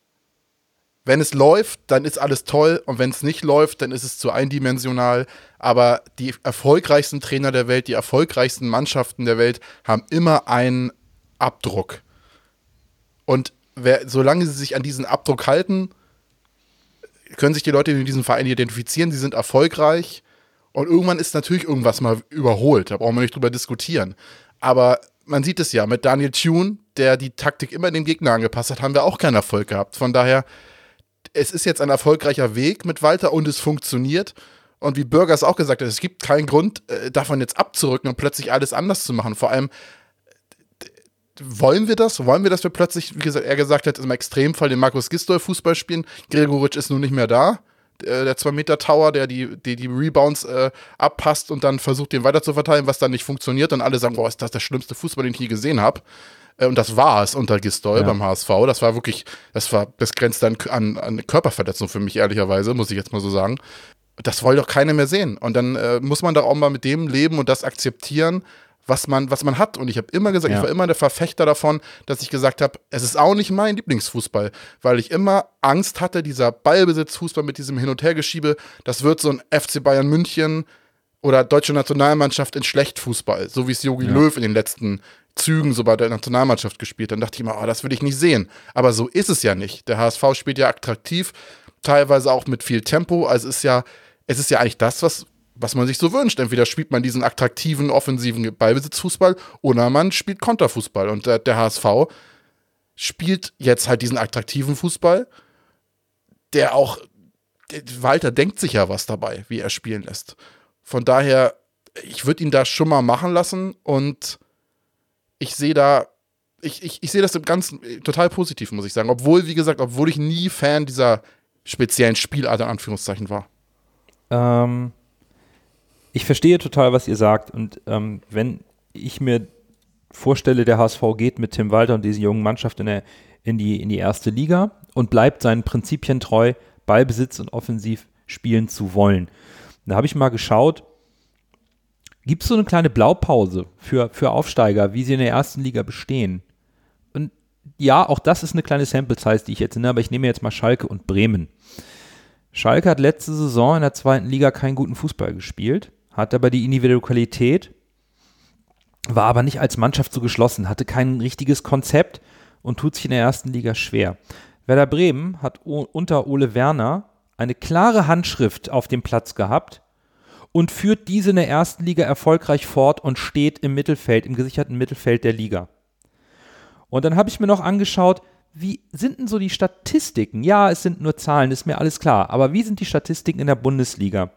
Wenn es läuft, dann ist alles toll und wenn es nicht läuft, dann ist es zu eindimensional. Aber die erfolgreichsten Trainer der Welt, die erfolgreichsten Mannschaften der Welt haben immer einen Abdruck. Und wer, solange sie sich an diesen Abdruck halten, können sich die Leute in diesem Verein identifizieren, sie sind erfolgreich und irgendwann ist natürlich irgendwas mal überholt, da brauchen wir nicht drüber diskutieren. Aber man sieht es ja, mit Daniel Thune, der die Taktik immer den Gegner angepasst hat, haben wir auch keinen Erfolg gehabt. Von daher, es ist jetzt ein erfolgreicher Weg mit Walter und es funktioniert. Und wie Bürger es auch gesagt hat, es gibt keinen Grund, davon jetzt abzurücken und plötzlich alles anders zu machen. Vor allem, wollen wir das? Wollen wir, dass wir plötzlich, wie gesagt, er gesagt hat, im Extremfall den Markus Gisdol Fußball spielen? Gregoritsch ist nun nicht mehr da. Der zwei Meter Tower, der die, die, die Rebounds äh, abpasst und dann versucht, den weiter zu verteilen, was dann nicht funktioniert. Und alle sagen, boah, ist das der schlimmste Fußball, den ich je gesehen habe. Äh, und das war es unter Gisdol ja. beim H S V. Das war wirklich, das war, das grenzt dann an, an eine Körperverletzung für mich, ehrlicherweise, muss ich jetzt mal so sagen. Das wollte doch keiner mehr sehen. Und dann äh, muss man doch auch mal mit dem leben und das akzeptieren, was man, was man hat. Und ich habe immer gesagt, Ja. ich war immer der Verfechter davon, dass ich gesagt habe, es ist auch nicht mein Lieblingsfußball, weil ich immer Angst hatte, dieser Ballbesitzfußball mit diesem Hin- und Hergeschiebe, das wird so ein F C Bayern München oder deutsche Nationalmannschaft in Schlechtfußball, so wie es Jogi Ja. Löw in den letzten Zügen so bei der Nationalmannschaft gespielt. Dann dachte ich immer, oh, das will ich nicht sehen. Aber so ist es ja nicht. Der H S V spielt ja attraktiv, teilweise auch mit viel Tempo. Also es ist ja, es ist ja eigentlich das, was, was man sich so wünscht. Entweder spielt man diesen attraktiven, offensiven Ballbesitzfußball oder man spielt Konterfußball. Und der, der H S V spielt jetzt halt diesen attraktiven Fußball, der auch, der, Walter denkt sich ja was dabei, wie er spielen lässt. Von daher, ich würde ihn da schon mal machen lassen und ich sehe da, ich, ich, ich sehe das im Ganzen total positiv, muss ich sagen. Obwohl, wie gesagt, obwohl ich nie Fan dieser speziellen Spielart in Anführungszeichen war. Ähm, ich verstehe total, was ihr sagt. Und ähm, wenn ich mir vorstelle, der H S V geht mit Tim Walter und dieser jungen Mannschaft in, der, in, die, in die erste Liga und bleibt seinen Prinzipien treu, Ballbesitz und offensiv spielen zu wollen. Da habe ich mal geschaut, gibt es so eine kleine Blaupause für, für Aufsteiger, wie sie in der ersten Liga bestehen? Und ja, auch das ist eine kleine Sample-Size, die ich jetzt nenne, aber ich nehme jetzt mal Schalke und Bremen. Schalke hat letzte Saison in der zweiten Liga keinen guten Fußball gespielt, hat aber die individuelle Qualität, war aber nicht als Mannschaft so geschlossen, hatte kein richtiges Konzept und tut sich in der ersten Liga schwer. Werder Bremen hat o- unter Ole Werner eine klare Handschrift auf dem Platz gehabt und führt diese in der ersten Liga erfolgreich fort und steht im Mittelfeld, im gesicherten Mittelfeld der Liga. Und dann habe ich mir noch angeschaut, wie sind denn so die Statistiken? Ja, es sind nur Zahlen, ist mir alles klar. Aber wie sind die Statistiken in der Bundesliga?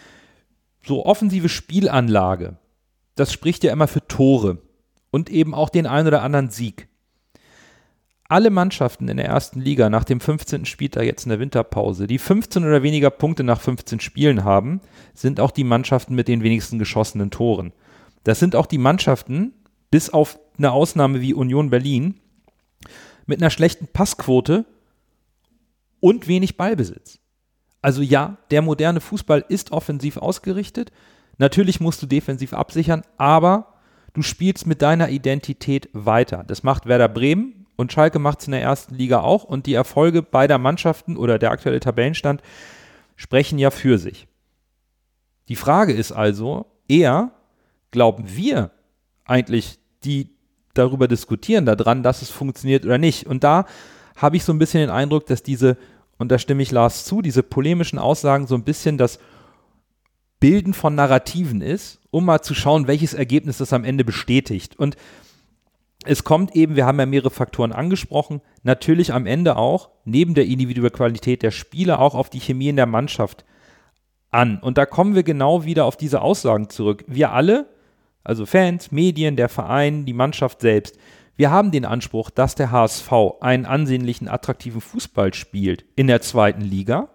So offensive Spielanlage, das spricht ja immer für Tore und eben auch den einen oder anderen Sieg. Alle Mannschaften in der ersten Liga nach dem fünfzehnten Spieltag jetzt in der Winterpause, die fünfzehn oder weniger Punkte nach fünfzehn Spielen haben, sind auch die Mannschaften mit den wenigsten geschossenen Toren. Das sind auch die Mannschaften, bis auf eine Ausnahme wie Union Berlin, mit einer schlechten Passquote und wenig Ballbesitz. Also ja, der moderne Fußball ist offensiv ausgerichtet. Natürlich musst du defensiv absichern, aber du spielst mit deiner Identität weiter. Das macht Werder Bremen und Schalke macht es in der ersten Liga auch und die Erfolge beider Mannschaften oder der aktuelle Tabellenstand sprechen ja für sich. Die Frage ist also eher, glauben wir eigentlich, die darüber diskutieren, daran, dass es funktioniert oder nicht. Und da habe ich so ein bisschen den Eindruck, dass diese, und da stimme ich Lars zu, diese polemischen Aussagen so ein bisschen das Bilden von Narrativen ist, um mal zu schauen, welches Ergebnis das am Ende bestätigt. Und es kommt eben, wir haben ja mehrere Faktoren angesprochen, natürlich am Ende auch, neben der individuellen Qualität der Spieler, auch auf die Chemie in der Mannschaft an. Und da kommen wir genau wieder auf diese Aussagen zurück. Wir alle, also Fans, Medien, der Verein, die Mannschaft selbst, wir haben den Anspruch, dass der H S V einen ansehnlichen, attraktiven Fußball spielt in der zweiten Liga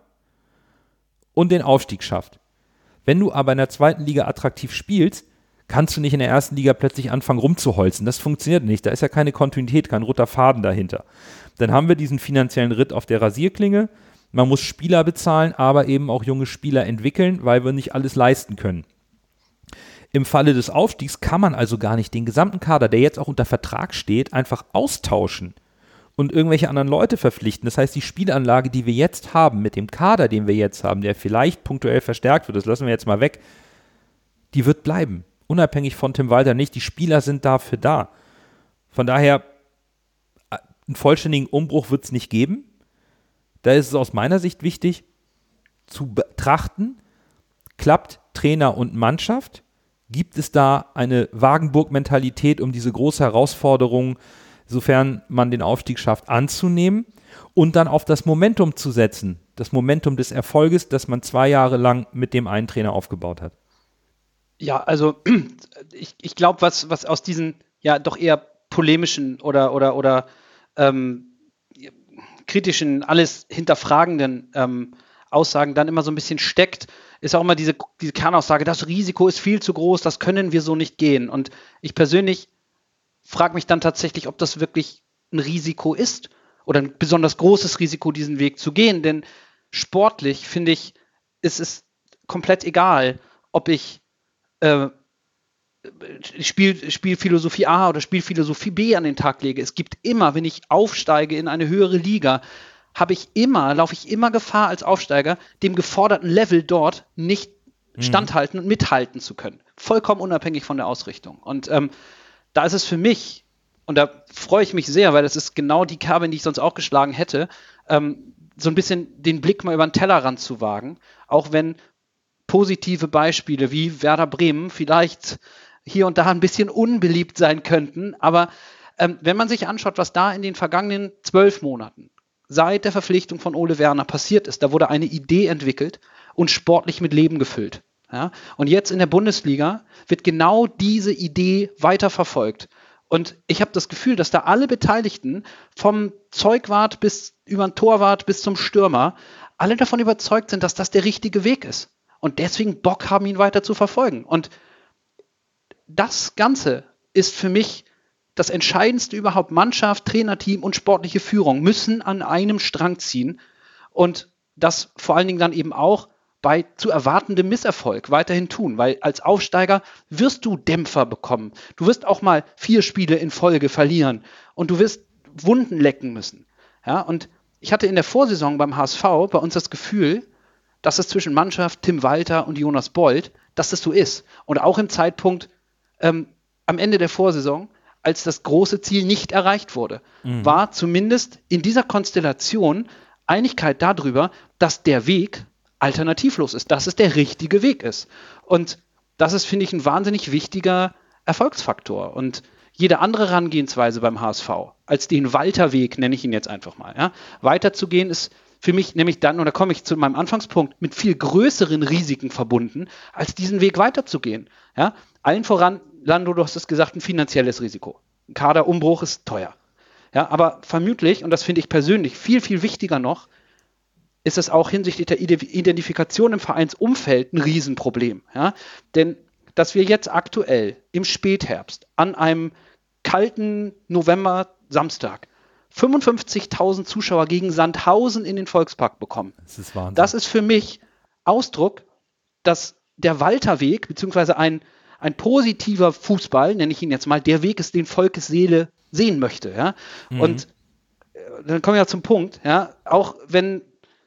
und den Aufstieg schafft. Wenn du aber in der zweiten Liga attraktiv spielst, kannst du nicht in der ersten Liga plötzlich anfangen rumzuholzen. Das funktioniert nicht. Da ist ja keine Kontinuität, kein roter Faden dahinter. Dann haben wir diesen finanziellen Ritt auf der Rasierklinge. Man muss Spieler bezahlen, aber eben auch junge Spieler entwickeln, weil wir nicht alles leisten können. Im Falle des Aufstiegs kann man also gar nicht den gesamten Kader, der jetzt auch unter Vertrag steht, einfach austauschen und irgendwelche anderen Leute verpflichten. Das heißt, die Spielanlage, die wir jetzt haben, mit dem Kader, den wir jetzt haben, der vielleicht punktuell verstärkt wird, das lassen wir jetzt mal weg, die wird bleiben. Unabhängig von Tim Walter nicht. Die Spieler sind dafür da. Von daher, einen vollständigen Umbruch wird es nicht geben. Da ist es aus meiner Sicht wichtig, zu betrachten, klappt Trainer und Mannschaft? Gibt es da eine Wagenburg-Mentalität, um diese große Herausforderung, sofern man den Aufstieg schafft, anzunehmen und dann auf das Momentum zu setzen? Das Momentum des Erfolges, das man zwei Jahre lang mit dem einen Trainer aufgebaut hat. Ja, also ich, ich glaube, was, was aus diesen ja doch eher polemischen oder, oder, oder ähm, kritischen, alles hinterfragenden ähm, Aussagen dann immer so ein bisschen steckt, ist auch immer diese, diese Kernaussage, das Risiko ist viel zu groß, das können wir so nicht gehen. Und ich persönlich frage mich dann tatsächlich, ob das wirklich ein Risiko ist oder ein besonders großes Risiko, diesen Weg zu gehen. Denn sportlich, finde ich, ist es komplett egal, ob ich äh, Spiel, Spielphilosophie A oder Spielphilosophie B an den Tag lege. Es gibt immer, wenn ich aufsteige in eine höhere Liga, habe ich immer, laufe ich immer Gefahr als Aufsteiger, dem geforderten Level dort nicht mhm. standhalten und mithalten zu können. Vollkommen unabhängig von der Ausrichtung. Und ähm, da ist es für mich, und da freue ich mich sehr, weil das ist genau die Kerbe, in die ich sonst auch geschlagen hätte, ähm, so ein bisschen den Blick mal über den Tellerrand zu wagen, auch wenn positive Beispiele wie Werder Bremen vielleicht hier und da ein bisschen unbeliebt sein könnten, aber ähm, wenn man sich anschaut, was da in den vergangenen zwölf Monaten seit der Verpflichtung von Ole Werner passiert ist, da wurde eine Idee entwickelt und sportlich mit Leben gefüllt. Ja? Und jetzt in der Bundesliga wird genau diese Idee weiterverfolgt. Und ich habe das Gefühl, dass da alle Beteiligten, vom Zeugwart bis über den Torwart bis zum Stürmer, alle davon überzeugt sind, dass das der richtige Weg ist. Und deswegen Bock haben, ihn weiter zu verfolgen. Und das Ganze ist für mich das Entscheidendste überhaupt. Mannschaft, Trainerteam und sportliche Führung müssen an einem Strang ziehen und das vor allen Dingen dann eben auch bei zu erwartendem Misserfolg weiterhin tun, weil als Aufsteiger wirst du Dämpfer bekommen. Du wirst auch mal vier Spiele in Folge verlieren und du wirst Wunden lecken müssen. Ja, und ich hatte in der Vorsaison beim H S V bei uns das Gefühl, dass es zwischen Mannschaft, Tim Walter und Jonas Bold, dass das so ist. Und auch im Zeitpunkt ähm, am Ende der Vorsaison, als das große Ziel nicht erreicht wurde, mhm. war zumindest in dieser Konstellation Einigkeit darüber, dass der Weg alternativlos ist, dass es der richtige Weg ist. Und das ist, finde ich, ein wahnsinnig wichtiger Erfolgsfaktor. Und jede andere Herangehensweise beim H S V, als den Walter-Weg, nenne ich ihn jetzt einfach mal, ja, weiterzugehen, ist für mich nämlich dann, und da komme ich zu meinem Anfangspunkt, mit viel größeren Risiken verbunden, als diesen Weg weiterzugehen. Ja? Allen voran, Lando, du hast es gesagt, ein finanzielles Risiko. Ein Kaderumbruch ist teuer. Ja, aber vermutlich, und das finde ich persönlich viel, viel wichtiger noch, ist es auch hinsichtlich der Identifikation im Vereinsumfeld ein Riesenproblem. Ja? Denn dass wir jetzt aktuell im Spätherbst an einem kalten November-Samstag fünfundfünfzigtausend Zuschauer gegen Sandhausen in den Volkspark bekommen. Das ist Wahnsinn. Das ist für mich Ausdruck, dass der Walter-Weg, beziehungsweise ein, ein positiver Fußball, nenne ich ihn jetzt mal, der Weg ist, den Volkes Seele sehen möchte. Ja? Mhm. Und äh, dann kommen wir ja zum Punkt, ja? Auch wenn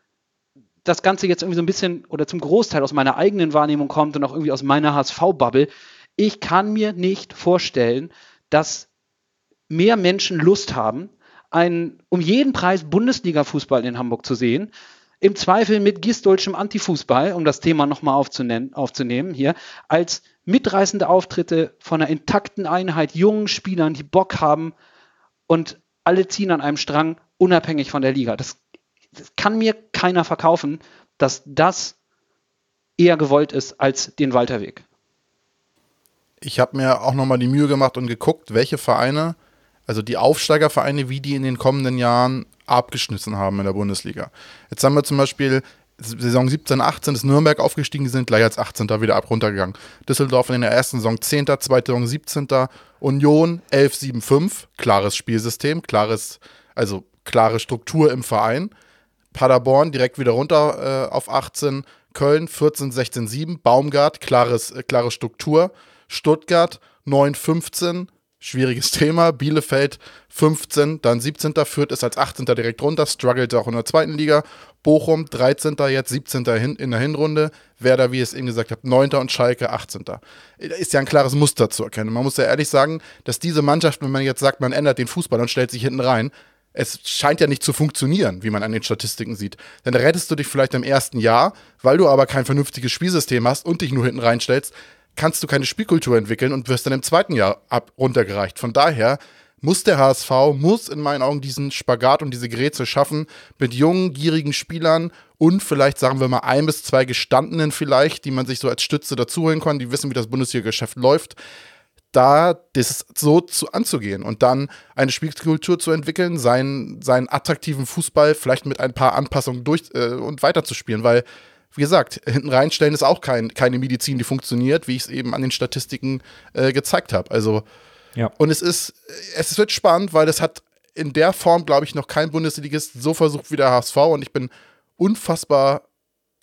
das Ganze jetzt irgendwie so ein bisschen oder zum Großteil aus meiner eigenen Wahrnehmung kommt und auch irgendwie aus meiner H S V-Bubble, ich kann mir nicht vorstellen, dass mehr Menschen Lust haben, einen um jeden Preis Bundesliga-Fußball in Hamburg zu sehen, im Zweifel mit gießdeutschem Antifußball, um das Thema nochmal aufzunehmen hier, als mitreißende Auftritte von einer intakten Einheit, jungen Spielern, die Bock haben und alle ziehen an einem Strang, unabhängig von der Liga. Das, das kann mir keiner verkaufen, dass das eher gewollt ist als den Walterweg. Ich habe mir auch nochmal die Mühe gemacht und geguckt, welche Vereine, also die Aufsteigervereine, wie die in den kommenden Jahren abgeschnitten haben in der Bundesliga. Jetzt haben wir zum Beispiel Saison siebzehn achtzehn ist Nürnberg aufgestiegen, die sind gleich als achtzehnter wieder ab runtergegangen. Düsseldorf in der ersten Saison zehnter zweite Saison siebzehnter Union elf sieben fünf, klares Spielsystem, klares, also klare Struktur im Verein. Paderborn direkt wieder runter äh, auf achtzehn, Köln vierzehn sechzehn sieben, Baumgart, klares, äh, klare Struktur, Stuttgart neun fünfzehn, schwieriges Thema, Bielefeld fünfzehn, dann siebzehnter Fürth ist als achtzehnter direkt runter, struggelt auch in der zweiten Liga, Bochum dreizehnter jetzt, siebzehnter hin, in der Hinrunde, Werder, wie ich es eben gesagt habe, neunter und Schalke achtzehnter. Ist ja ein klares Muster zu erkennen. Man muss ja ehrlich sagen, dass diese Mannschaft, wenn man jetzt sagt, man ändert den Fußball und stellt sich hinten rein, es scheint ja nicht zu funktionieren, wie man an den Statistiken sieht. Dann rettest du dich vielleicht im ersten Jahr, weil du aber kein vernünftiges Spielsystem hast und dich nur hinten reinstellst, kannst du keine Spielkultur entwickeln und wirst dann im zweiten Jahr ab runtergereicht. Von daher muss der H S V, muss in meinen Augen diesen Spagat und diese Grätsche schaffen, mit jungen, gierigen Spielern und vielleicht, sagen wir mal, ein bis zwei Gestandenen vielleicht, die man sich so als Stütze dazuholen kann, die wissen, wie das Bundesliga-Geschäft läuft, da das so zu, anzugehen und dann eine Spielkultur zu entwickeln, seinen, seinen attraktiven Fußball vielleicht mit ein paar Anpassungen durch äh, und weiterzuspielen, weil wie gesagt, hinten reinstellen ist auch kein, keine Medizin, die funktioniert, wie ich es eben an den Statistiken äh, gezeigt habe. Also, ja. Und es ist, es wird spannend, weil das hat in der Form, glaube ich, noch kein Bundesligist so versucht wie der H S V und ich bin unfassbar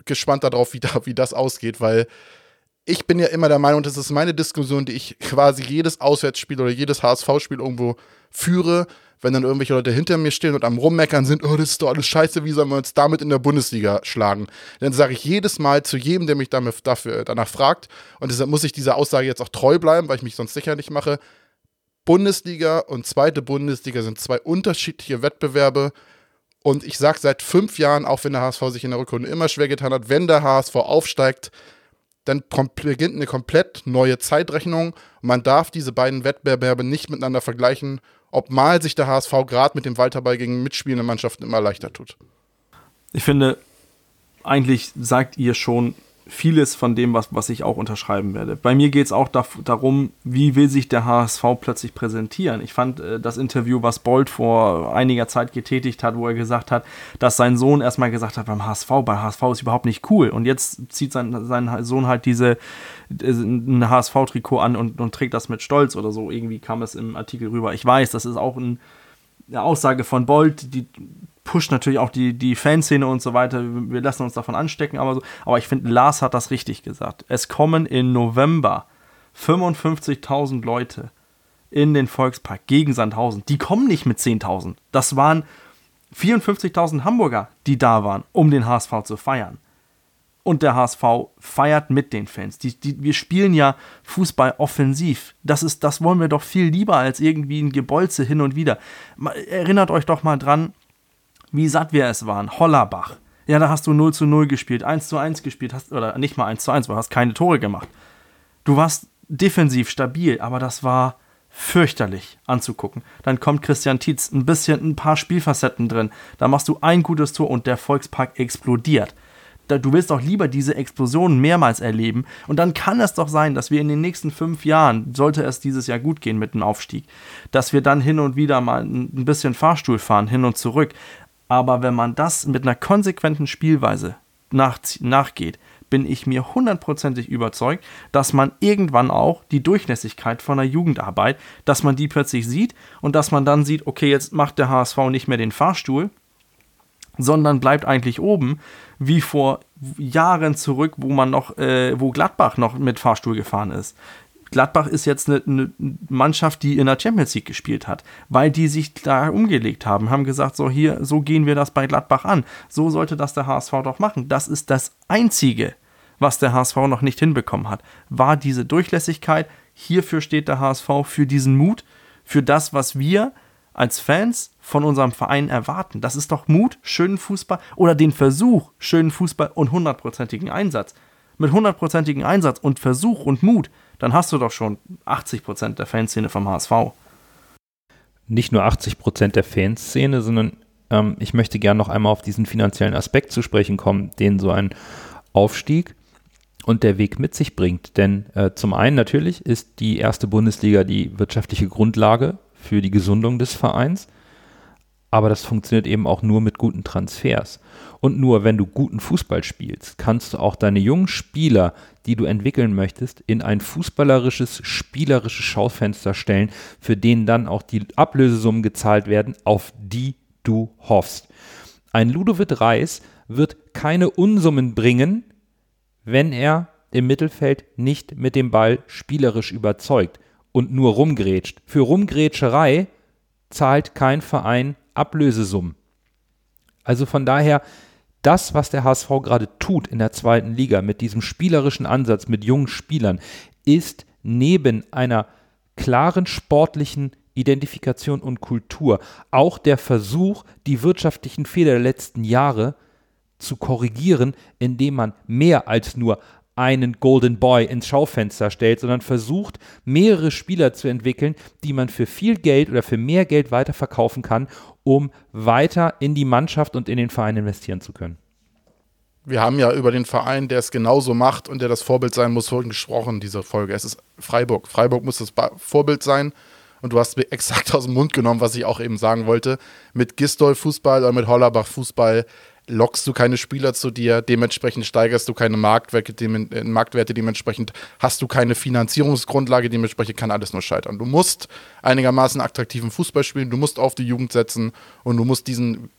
gespannt darauf, wie, da, wie das ausgeht, weil ich bin ja immer der Meinung, das ist meine Diskussion, die ich quasi jedes Auswärtsspiel oder jedes H S V-Spiel irgendwo führe, wenn dann irgendwelche Leute hinter mir stehen und am Rummeckern sind, oh, das ist doch alles scheiße, wie sollen wir uns damit in der Bundesliga schlagen? Dann sage ich jedes Mal zu jedem, der mich damit, dafür, danach fragt, und deshalb muss ich dieser Aussage jetzt auch treu bleiben, weil ich mich sonst sicher nicht mache, Bundesliga und zweite Bundesliga sind zwei unterschiedliche Wettbewerbe. Und ich sage seit fünf Jahren, auch wenn der H S V sich in der Rückrunde immer schwer getan hat, wenn der H S V aufsteigt, dann beginnt eine komplett neue Zeitrechnung. Und man darf diese beiden Wettbewerbe nicht miteinander vergleichen, ob mal sich der H S V gerade mit dem Walterball gegen mitspielende Mannschaften immer leichter tut. Ich finde, eigentlich sagt ihr schon vieles von dem, was, was ich auch unterschreiben werde. Bei mir geht es auch da, darum, wie will sich der H S V plötzlich präsentieren. Ich fand äh, das Interview, was Bold vor einiger Zeit getätigt hat, wo er gesagt hat, dass sein Sohn erstmal gesagt hat, beim H S V, bei H S V ist überhaupt nicht cool. Und jetzt zieht sein, sein Sohn halt diese äh, ein H S V-Trikot an und, und trägt das mit Stolz oder so. Irgendwie kam es im Artikel rüber. Ich weiß, das ist auch ein, eine Aussage von Bold, die pusht natürlich auch die, die Fanszene und so weiter. Wir lassen uns davon anstecken, aber so. Aber ich finde, Lars hat das richtig gesagt. Es kommen im November fünfundfünfzigtausend Leute in den Volkspark gegen Sandhausen. Die kommen nicht mit zehntausend. Das waren vierundfünfzigtausend Hamburger, die da waren, um den H S V zu feiern. Und der H S V feiert mit den Fans. Die, die, wir spielen ja Fußball offensiv. Das, ist, das wollen wir doch viel lieber als irgendwie ein Gebolze hin und wieder. Erinnert euch doch mal dran, wie satt wir es waren. Hollerbach. Ja, da hast du null zu null gespielt, eins zu eins gespielt, hast, oder nicht mal eins zu eins, weil du hast keine Tore gemacht. Du warst defensiv stabil, aber das war fürchterlich anzugucken. Dann kommt Christian Tietz, ein bisschen, ein paar Spielfacetten drin. Da machst du ein gutes Tor und der Volkspark explodiert. Du willst doch lieber diese Explosionen mehrmals erleben. Und dann kann es doch sein, dass wir in den nächsten fünf Jahren, sollte es dieses Jahr gut gehen mit dem Aufstieg, dass wir dann hin und wieder mal ein bisschen Fahrstuhl fahren, hin und zurück. Aber wenn man das mit einer konsequenten Spielweise nach, nachgeht, bin ich mir hundertprozentig überzeugt, dass man irgendwann auch die Durchlässigkeit von der Jugendarbeit, dass man die plötzlich sieht und dass man dann sieht, okay, jetzt macht der H S V nicht mehr den Fahrstuhl, sondern bleibt eigentlich oben, wie vor Jahren zurück, wo man noch, äh, wo Gladbach noch mit Fahrstuhl gefahren ist. Gladbach ist jetzt eine, eine Mannschaft, die in der Champions League gespielt hat, weil die sich da umgelegt haben, haben gesagt, so hier, so gehen wir das bei Gladbach an. So sollte das der H S V doch machen. Das ist das Einzige, was der H S V noch nicht hinbekommen hat, war diese Durchlässigkeit. Hierfür steht der H S V, für diesen Mut, für das, was wir als Fans von unserem Verein erwarten. Das ist doch Mut, schönen Fußball oder den Versuch, schönen Fußball und hundertprozentigen Einsatz. Mit hundertprozentigen Einsatz und Versuch und Mut, dann hast du doch schon achtzig Prozent der Fanszene vom H S V. Nicht nur achtzig Prozent der Fanszene, sondern ähm, ich möchte gerne noch einmal auf diesen finanziellen Aspekt zu sprechen kommen, den so ein Aufstieg und der Weg mit sich bringt. Denn äh, zum einen natürlich ist die erste Bundesliga die wirtschaftliche Grundlage für die Gesundung des Vereins, aber das funktioniert eben auch nur mit guten Transfers. Und nur wenn du guten Fußball spielst, kannst du auch deine jungen Spieler, die du entwickeln möchtest, in ein fußballerisches, spielerisches Schaufenster stellen, für den dann auch die Ablösesummen gezahlt werden, auf die du hoffst. Ein Ludovic Reis wird keine Unsummen bringen, wenn er im Mittelfeld nicht mit dem Ball spielerisch überzeugt und nur rumgrätscht. Für Rumgrätscherei zahlt kein Verein Ablösesummen. Also von daher, das, was der H S V gerade tut in der zweiten Liga mit diesem spielerischen Ansatz, mit jungen Spielern, ist neben einer klaren sportlichen Identifikation und Kultur auch der Versuch, die wirtschaftlichen Fehler der letzten Jahre zu korrigieren, indem man mehr als nur einen Golden Boy ins Schaufenster stellt, sondern versucht, mehrere Spieler zu entwickeln, die man für viel Geld oder für mehr Geld weiterverkaufen kann, um weiter in die Mannschaft und in den Verein investieren zu können. Wir haben ja über den Verein, der es genauso macht und der das Vorbild sein muss, vorhin gesprochen, diese Folge. Es ist Freiburg. Freiburg muss das Vorbild sein. Und du hast mir exakt aus dem Mund genommen, was ich auch eben sagen wollte. Mit Gistol Fußball oder mit Hollerbach Fußball lockst du keine Spieler zu dir, dementsprechend steigerst du keine Marktwerte, dem, äh, Marktwerte, dementsprechend hast du keine Finanzierungsgrundlage, dementsprechend kann alles nur scheitern. Du musst einigermaßen attraktiven Fußball spielen, du musst auf die Jugend setzen und du musst diesen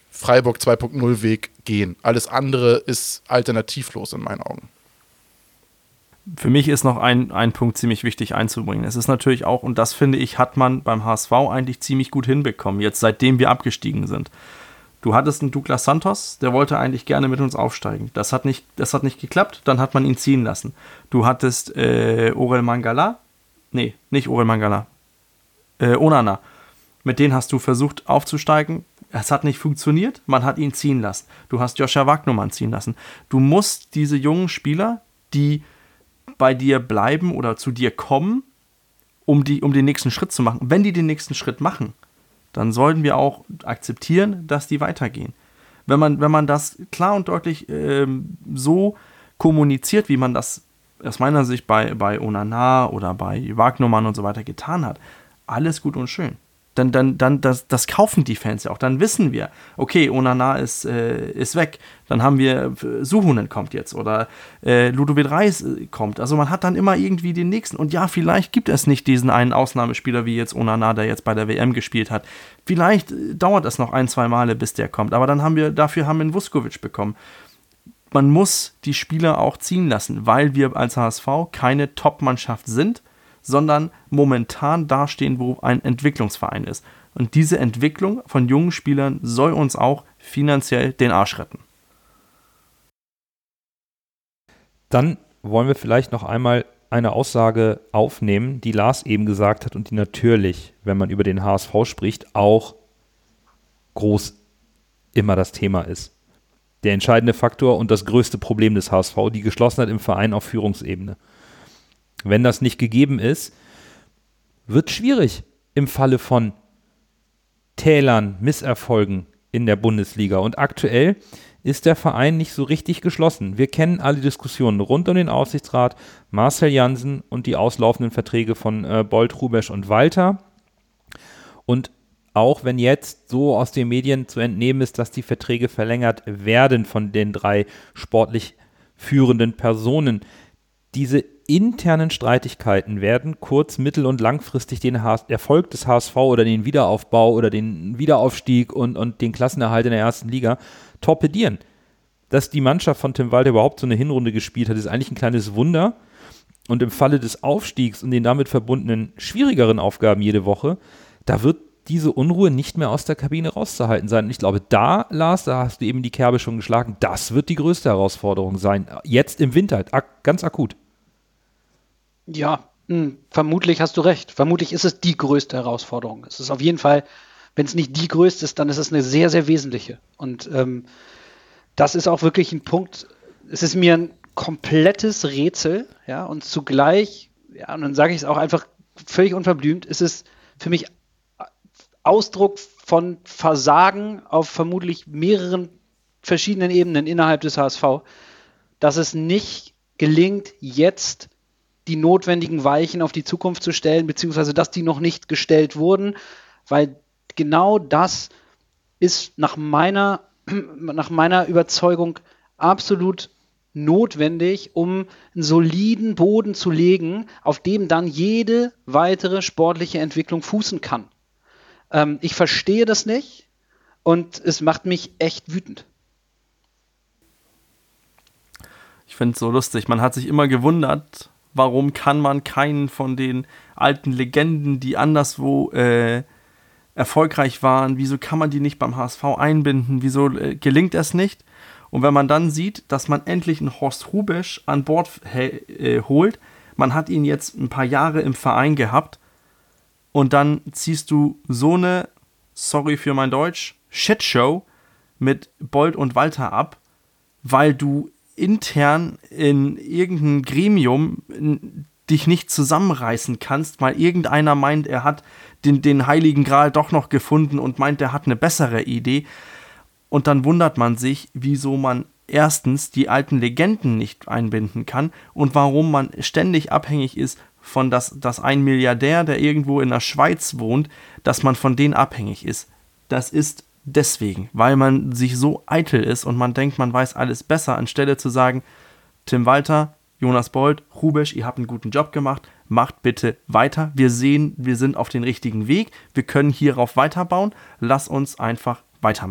Freiburg zwei Punkt null Weg gehen. Alles andere ist alternativlos in meinen Augen. Für mich ist noch ein, ein Punkt ziemlich wichtig einzubringen. Es ist natürlich auch, und das finde ich, hat man beim H S V eigentlich ziemlich gut hinbekommen, jetzt seitdem wir abgestiegen sind. Du hattest einen Douglas Santos, der wollte eigentlich gerne mit uns aufsteigen. Das hat nicht, das hat nicht geklappt, dann hat man ihn ziehen lassen. Du hattest äh, Orel Mangala, nee, nicht Orel Mangala, äh, Onana. Mit denen hast du versucht aufzusteigen. Es hat nicht funktioniert, man hat ihn ziehen lassen. Du hast Joscha Wagnumann ziehen lassen. Du musst diese jungen Spieler, die bei dir bleiben oder zu dir kommen, um, die, um den nächsten Schritt zu machen. Wenn die den nächsten Schritt machen, dann sollten wir auch akzeptieren, dass die weitergehen. Wenn man, wenn man das klar und deutlich ähm, so kommuniziert, wie man das aus meiner Sicht bei, bei Onana oder bei Wagnumann und so weiter getan hat, alles gut und schön. Dann, dann, dann das, das kaufen die Fans ja auch. Dann wissen wir, okay, Onana ist, äh, ist weg. Dann haben wir, Suhonen kommt jetzt oder äh, Ludovic Reis äh, kommt. Also man hat dann immer irgendwie den nächsten. Und ja, vielleicht gibt es nicht diesen einen Ausnahmespieler wie jetzt Onana, der jetzt bei der W M gespielt hat. Vielleicht äh, dauert es noch ein, zwei Male, bis der kommt. Aber dann haben wir, dafür haben wir einen Vuskovic bekommen. Man muss die Spieler auch ziehen lassen, weil wir als H S V keine Top-Mannschaft sind, sondern momentan dastehen, wo ein Entwicklungsverein ist. Und diese Entwicklung von jungen Spielern soll uns auch finanziell den Arsch retten. Dann wollen wir vielleicht noch einmal eine Aussage aufnehmen, die Lars eben gesagt hat und die natürlich, wenn man über den H S V spricht, auch groß immer das Thema ist. Der entscheidende Faktor und das größte Problem des H S V, die Geschlossenheit im Verein auf Führungsebene. Wenn das nicht gegeben ist, wird schwierig im Falle von Tälern, Misserfolgen in der Bundesliga. Und aktuell ist der Verein nicht so richtig geschlossen. Wir kennen alle Diskussionen rund um den Aufsichtsrat, Marcel Jansen und die auslaufenden Verträge von äh, Bold, Rubesch und Walter. Und auch wenn jetzt so aus den Medien zu entnehmen ist, dass die Verträge verlängert werden von den drei sportlich führenden Personen, diese internen Streitigkeiten werden kurz-, mittel- und langfristig den H- Erfolg des H S V oder den Wiederaufbau oder den Wiederaufstieg und, und den Klassenerhalt in der ersten Liga torpedieren. Dass die Mannschaft von Tim Walter überhaupt so eine Hinrunde gespielt hat, ist eigentlich ein kleines Wunder. Und im Falle des Aufstiegs und den damit verbundenen schwierigeren Aufgaben jede Woche, da wird diese Unruhe nicht mehr aus der Kabine rauszuhalten sein. Und ich glaube, da, Lars, da hast du eben die Kerbe schon geschlagen, das wird die größte Herausforderung sein. Jetzt im Winter, ak- ganz akut. Ja, mh, vermutlich hast du recht. Vermutlich ist es die größte Herausforderung. Es ist auf jeden Fall, wenn es nicht die größte ist, dann ist es eine sehr, sehr wesentliche. Und ähm, das ist auch wirklich ein Punkt, es ist mir ein komplettes Rätsel, ja, und zugleich, ja, und dann sage ich es auch einfach völlig unverblümt, ist es für mich Ausdruck von Versagen auf vermutlich mehreren verschiedenen Ebenen innerhalb des H S V, dass es nicht gelingt, jetzt die notwendigen Weichen auf die Zukunft zu stellen, beziehungsweise dass die noch nicht gestellt wurden, weil genau das ist nach meiner, nach meiner Überzeugung absolut notwendig, um einen soliden Boden zu legen, auf dem dann jede weitere sportliche Entwicklung fußen kann. Ähm, ich verstehe das nicht und es macht mich echt wütend. Ich finde es so lustig. Man hat sich immer gewundert, warum kann man keinen von den alten Legenden, die anderswo äh, erfolgreich waren, wieso kann man die nicht beim H S V einbinden, wieso äh, gelingt es nicht? Und wenn man dann sieht, dass man endlich einen Horst Rubesch an Bord äh, holt, man hat ihn jetzt ein paar Jahre im Verein gehabt und dann ziehst du so eine, sorry für mein Deutsch, Shitshow mit Bold und Walter ab, weil du intern in irgendeinem Gremium dich nicht zusammenreißen kannst, weil irgendeiner meint, er hat den, den Heiligen Gral doch noch gefunden und meint, er hat eine bessere Idee. Und dann wundert man sich, wieso man erstens die alten Legenden nicht einbinden kann und warum man ständig abhängig ist von, dass, dass ein Milliardär, der irgendwo in der Schweiz wohnt, dass man von denen abhängig ist. Das ist deswegen, weil man sich so eitel ist und man denkt, man weiß alles besser, anstelle zu sagen, Tim Walter, Jonas Bold, Rubesch, ihr habt einen guten Job gemacht, macht bitte weiter. Wir sehen, wir sind auf dem richtigen Weg, wir können hierauf weiterbauen, lass uns einfach weitermachen.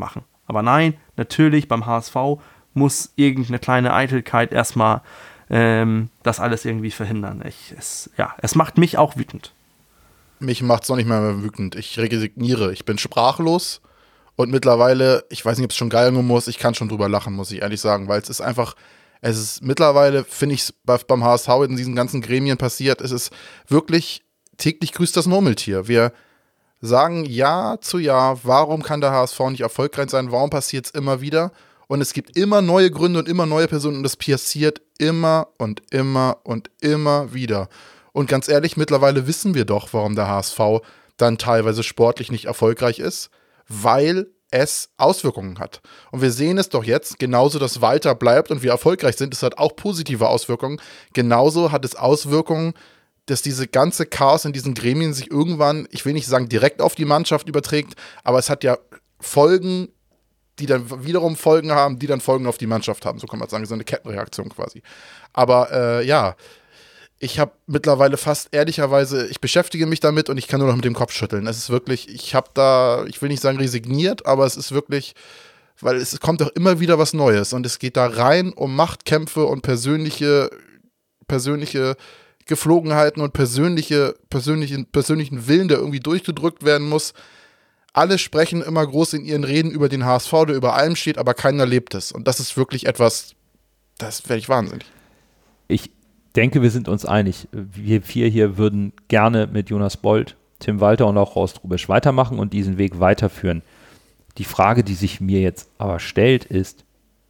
Aber nein, natürlich beim H S V muss irgendeine kleine Eitelkeit erstmal ähm, das alles irgendwie verhindern. Ich, es, ja, es macht mich auch wütend. Mich macht es noch nicht mehr, mehr wütend. Ich resigniere. Ich bin sprachlos und mittlerweile, ich weiß nicht, ob es schon geilen muss, ich kann schon drüber lachen, muss ich ehrlich sagen, weil es ist einfach, es ist mittlerweile, finde ich, beim H S V in diesen ganzen Gremien passiert, es ist wirklich, täglich grüßt das Murmeltier. Wir sagen Jahr zu Jahr, warum kann der H S V nicht erfolgreich sein, warum passiert es immer wieder? Und es gibt immer neue Gründe und immer neue Personen und das passiert immer und immer und immer wieder. Und ganz ehrlich, mittlerweile wissen wir doch, warum der H S V dann teilweise sportlich nicht erfolgreich ist, weil es Auswirkungen hat. Und wir sehen es doch jetzt, genauso, dass Walter bleibt und wir erfolgreich sind, es hat auch positive Auswirkungen. Genauso hat es Auswirkungen, dass diese ganze Chaos in diesen Gremien sich irgendwann, ich will nicht sagen direkt auf die Mannschaft überträgt, aber es hat ja Folgen, die dann wiederum Folgen haben, die dann Folgen auf die Mannschaft haben. So kann man sagen, so eine Kettenreaktion quasi. Aber äh, ja, ich habe mittlerweile fast ehrlicherweise, ich beschäftige mich damit und ich kann nur noch mit dem Kopf schütteln. Es ist wirklich, ich habe da, ich will nicht sagen resigniert, aber es ist wirklich, weil es kommt doch immer wieder was Neues und es geht da rein um Machtkämpfe und persönliche, persönliche Geflogenheiten und persönliche, persönlichen, persönlichen Willen, der irgendwie durchgedrückt werden muss. Alle sprechen immer groß in ihren Reden über den H S V, der über allem steht, aber keiner lebt es. Und das ist wirklich etwas, das werde ich wahnsinnig. Ich denke, wir sind uns einig. Wir vier hier würden gerne mit Jonas Bold, Tim Walter und auch Horst Hrubesch weitermachen und diesen Weg weiterführen. Die Frage, die sich mir jetzt aber stellt, ist,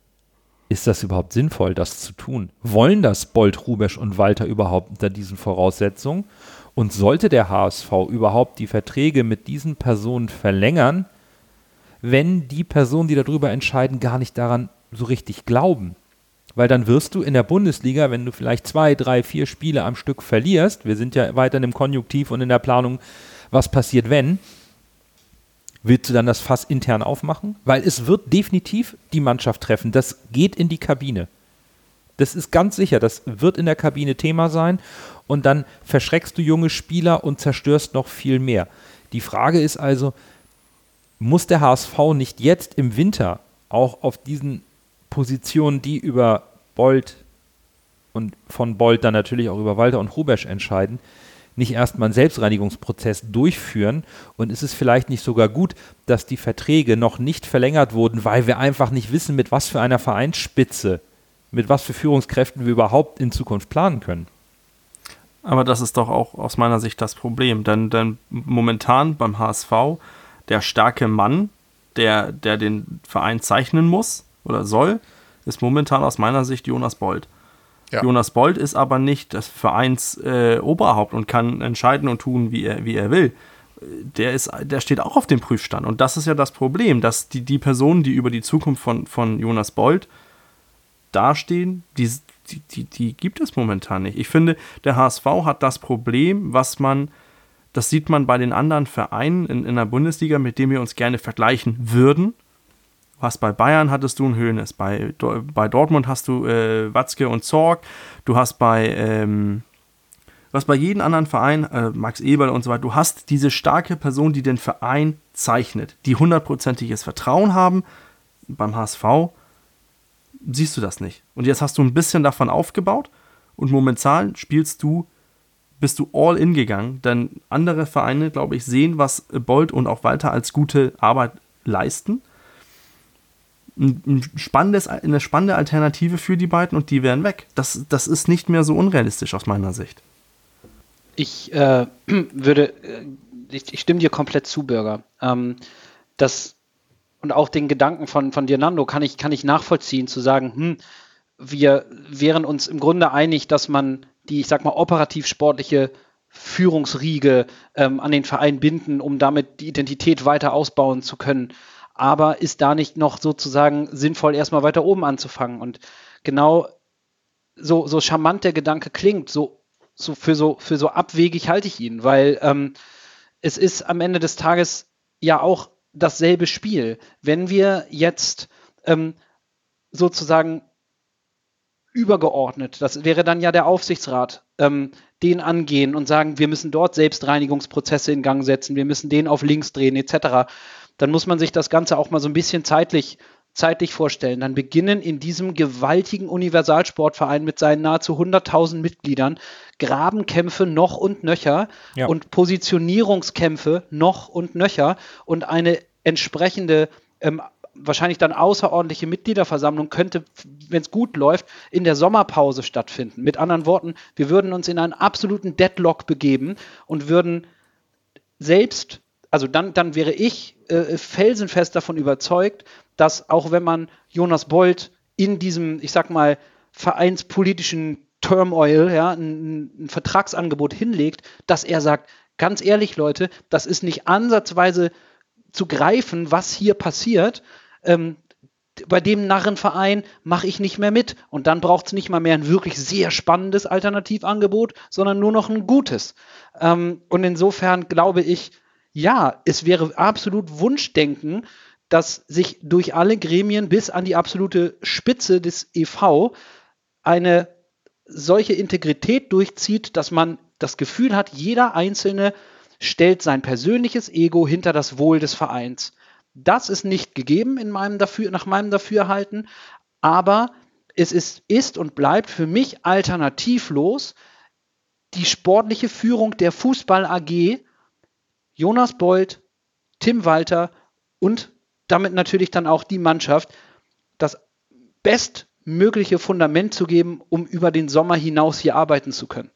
ist das überhaupt sinnvoll, das zu tun? Wollen das Bold, Hrubesch und Walter überhaupt unter diesen Voraussetzungen? Und sollte der H S V überhaupt die Verträge mit diesen Personen verlängern, wenn die Personen, die darüber entscheiden, gar nicht daran so richtig glauben? Weil dann wirst du in der Bundesliga, wenn du vielleicht zwei, drei, vier Spiele am Stück verlierst, wir sind ja weiter im Konjunktiv und in der Planung, was passiert, wenn, willst du dann das Fass intern aufmachen? Weil es wird definitiv die Mannschaft treffen. Das geht in die Kabine. Das ist ganz sicher, das wird in der Kabine Thema sein und dann verschreckst du junge Spieler und zerstörst noch viel mehr. Die Frage ist also, muss der H S V nicht jetzt im Winter auch auf diesen Positionen, die über Bold und von Bold dann natürlich auch über Walter und Hrubesch entscheiden, nicht erstmal einen Selbstreinigungsprozess durchführen und ist es vielleicht nicht sogar gut, dass die Verträge noch nicht verlängert wurden, weil wir einfach nicht wissen, mit was für einer Vereinsspitze, mit was für Führungskräften wir überhaupt in Zukunft planen können. Aber das ist doch auch aus meiner Sicht das Problem, denn, denn momentan beim H S V der starke Mann, der, der den Verein zeichnen muss oder soll, ist momentan aus meiner Sicht Jonas Bold. Ja. Jonas Bold ist aber nicht das Vereins äh, Oberhaupt und kann entscheiden und tun, wie er, wie er will. Der, ist, der steht auch auf dem Prüfstand. Und das ist ja das Problem, dass die, die Personen, die über die Zukunft von, von Jonas Bold dastehen, die, die, die, die gibt es momentan nicht. Ich finde, der H S V hat das Problem, was man, das sieht man bei den anderen Vereinen in, in der Bundesliga, mit denen wir uns gerne vergleichen würden. Was bei Bayern hattest du einen Hoeneß, bei, bei Dortmund hast du äh, Watzke und Zorc, du hast bei ähm, du hast bei jedem anderen Verein, äh, Max Eberl und so weiter, du hast diese starke Person, die den Verein zeichnet, die hundertprozentiges Vertrauen haben. Beim H S V siehst du das nicht. Und jetzt hast du ein bisschen davon aufgebaut und momentan spielst du, bist du all in gegangen, denn andere Vereine, glaube ich, sehen, was Bold und auch Walter als gute Arbeit leisten. Ein spannendes, eine spannende Alternative für die beiden und die wären weg. Das, das ist nicht mehr so unrealistisch aus meiner Sicht. Ich äh, würde, ich, ich stimme dir komplett zu, Bürger. Ähm, das und auch den Gedanken von, von dir, Nando, kann ich, kann ich nachvollziehen, zu sagen, hm, wir wären uns im Grunde einig, dass man die, ich sag mal, operativ-sportliche Führungsriege ähm, an den Verein binden, um damit die Identität weiter ausbauen zu können. Aber ist da nicht noch sozusagen sinnvoll, erstmal weiter oben anzufangen? Und genau so, so charmant der Gedanke klingt, so, so, für, so für so abwegig halte ich ihn, weil ähm, es ist am Ende des Tages ja auch dasselbe Spiel. Wenn wir jetzt ähm, sozusagen übergeordnet, das wäre dann ja der Aufsichtsrat, ähm, den angehen und sagen, wir müssen dort Selbstreinigungsprozesse in Gang setzen, wir müssen den auf links drehen et cetera, dann muss man sich das Ganze auch mal so ein bisschen zeitlich, zeitlich vorstellen. Dann beginnen in diesem gewaltigen Universalsportverein mit seinen nahezu hunderttausend Mitgliedern Grabenkämpfe noch und nöcher Ja. und Positionierungskämpfe noch und nöcher und eine entsprechende ähm, wahrscheinlich dann außerordentliche Mitgliederversammlung könnte, wenn es gut läuft, in der Sommerpause stattfinden. Mit anderen Worten, wir würden uns in einen absoluten Deadlock begeben und würden selbst, also dann, dann wäre ich äh, felsenfest davon überzeugt, dass auch wenn man Jonas Bold in diesem, ich sag mal, vereinspolitischen Turmoil, ja, ein, ein Vertragsangebot hinlegt, dass er sagt, ganz ehrlich, Leute, das ist nicht ansatzweise zu greifen, was hier passiert. Ähm, bei dem Narrenverein mache ich nicht mehr mit. Und dann braucht es nicht mal mehr ein wirklich sehr spannendes Alternativangebot, sondern nur noch ein gutes. Ähm, und insofern glaube ich, ja, es wäre absolut Wunschdenken, dass sich durch alle Gremien bis an die absolute Spitze des E V eine solche Integrität durchzieht, dass man das Gefühl hat, jeder Einzelne stellt sein persönliches Ego hinter das Wohl des Vereins. Das ist nicht gegeben in meinem Dafür, nach meinem Dafürhalten, aber es ist, ist und bleibt für mich alternativlos die sportliche Führung der Fußball A G, Jonas Bold, Tim Walter und damit natürlich dann auch die Mannschaft, das bestmögliche Fundament zu geben, um über den Sommer hinaus hier arbeiten zu können.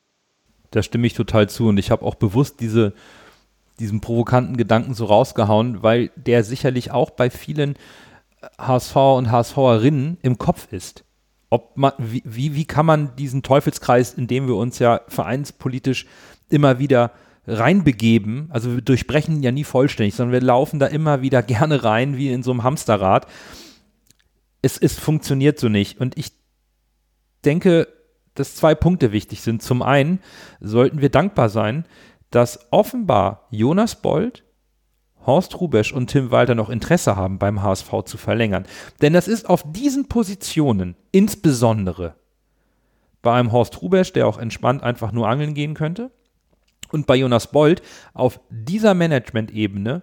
Da stimme ich total zu und ich habe auch bewusst diese diesen provokanten Gedanken so rausgehauen, weil der sicherlich auch bei vielen H S V und HSVerinnen im Kopf ist. Ob man, wie, wie, wie kann man diesen Teufelskreis, in dem wir uns ja vereinspolitisch immer wieder reinbegeben, also wir durchbrechen ja nie vollständig, sondern wir laufen da immer wieder gerne rein, wie in so einem Hamsterrad. Es, es funktioniert so nicht und ich denke, dass zwei Punkte wichtig sind. Zum einen sollten wir dankbar sein, dass offenbar Jonas Bold, Horst Hrubesch und Tim Walter noch Interesse haben, beim H S V zu verlängern. Denn das ist auf diesen Positionen, insbesondere bei einem Horst Hrubesch, der auch entspannt einfach nur angeln gehen könnte, und bei Jonas Bold auf dieser Management-Ebene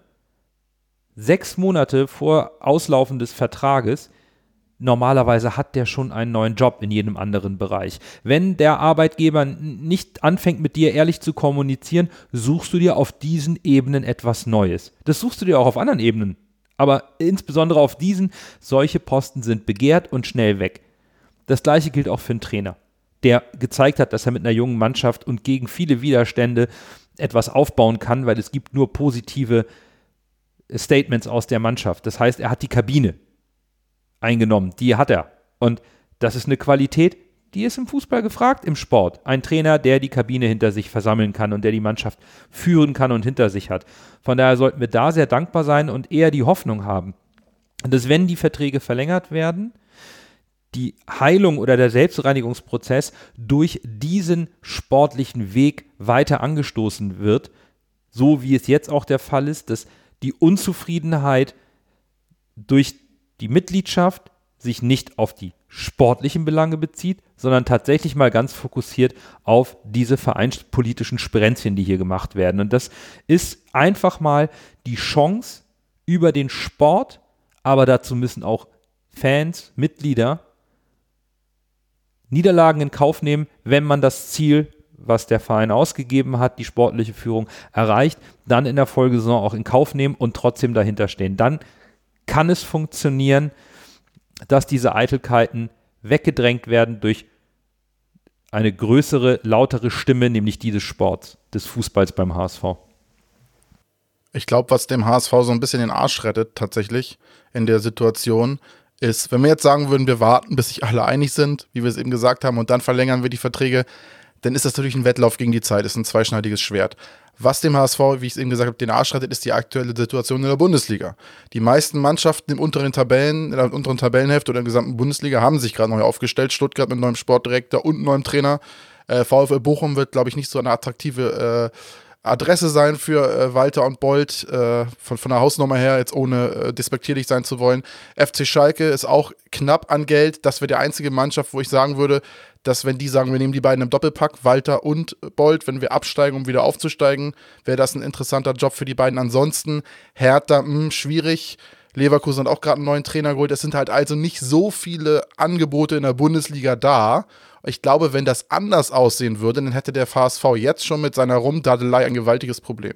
sechs Monate vor Auslaufen des Vertrages. Normalerweise hat der schon einen neuen Job in jedem anderen Bereich. Wenn der Arbeitgeber nicht anfängt, mit dir ehrlich zu kommunizieren, suchst du dir auf diesen Ebenen etwas Neues. Das suchst du dir auch auf anderen Ebenen. Aber insbesondere auf diesen, solche Posten sind begehrt und schnell weg. Das Gleiche gilt auch für einen Trainer, der gezeigt hat, dass er mit einer jungen Mannschaft und gegen viele Widerstände etwas aufbauen kann, weil es gibt nur positive Statements aus der Mannschaft. Das heißt, er hat die Kabine eingenommen, die hat er. Und das ist eine Qualität, die ist im Fußball gefragt, im Sport. Ein Trainer, der die Kabine hinter sich versammeln kann und der die Mannschaft führen kann und hinter sich hat. Von daher sollten wir da sehr dankbar sein und eher die Hoffnung haben, dass wenn die Verträge verlängert werden, die Heilung oder der Selbstreinigungsprozess durch diesen sportlichen Weg weiter angestoßen wird, so wie es jetzt auch der Fall ist, dass die Unzufriedenheit durch die Mitgliedschaft sich nicht auf die sportlichen Belange bezieht, sondern tatsächlich mal ganz fokussiert auf diese vereinspolitischen Sprenzchen, die hier gemacht werden. Und das ist einfach mal die Chance über den Sport, aber dazu müssen auch Fans, Mitglieder Niederlagen in Kauf nehmen, wenn man das Ziel, was der Verein ausgegeben hat, die sportliche Führung erreicht, dann in der Folgesaison auch in Kauf nehmen und trotzdem dahinter stehen. Dann kann es funktionieren, dass diese Eitelkeiten weggedrängt werden durch eine größere, lautere Stimme, nämlich die des Sports, des Fußballs beim H S V. Ich glaube, was dem H S V so ein bisschen den Arsch rettet, tatsächlich in der Situation, ist, wenn wir jetzt sagen würden, wir warten, bis sich alle einig sind, wie wir es eben gesagt haben, und dann verlängern wir die Verträge, dann ist das natürlich ein Wettlauf gegen die Zeit, ist ein zweischneidiges Schwert. Was dem H S V, wie ich es eben gesagt habe, den Arsch rettet, ist die aktuelle Situation in der Bundesliga. Die meisten Mannschaften im unteren Tabellen, in der unteren Tabellenhälfte oder in der gesamten Bundesliga haben sich gerade neu aufgestellt. Stuttgart mit neuem Sportdirektor und neuem Trainer. Äh, VfL Bochum wird, glaube ich, nicht so eine attraktive äh, Adresse sein für äh, Walter und Bold, äh, von, von der Hausnummer her, jetzt ohne äh, despektierlich sein zu wollen. F C Schalke ist auch knapp an Geld. Das wäre die einzige Mannschaft, wo ich sagen würde, dass wenn die sagen, wir nehmen die beiden im Doppelpack, Walter und Bold, wenn wir absteigen, um wieder aufzusteigen, wäre das ein interessanter Job für die beiden. Ansonsten Hertha, mh, schwierig. Leverkusen hat auch gerade einen neuen Trainer geholt. Es sind halt also nicht so viele Angebote in der Bundesliga da. Ich glaube, wenn das anders aussehen würde, dann hätte der V S V jetzt schon mit seiner Rumdadelei ein gewaltiges Problem.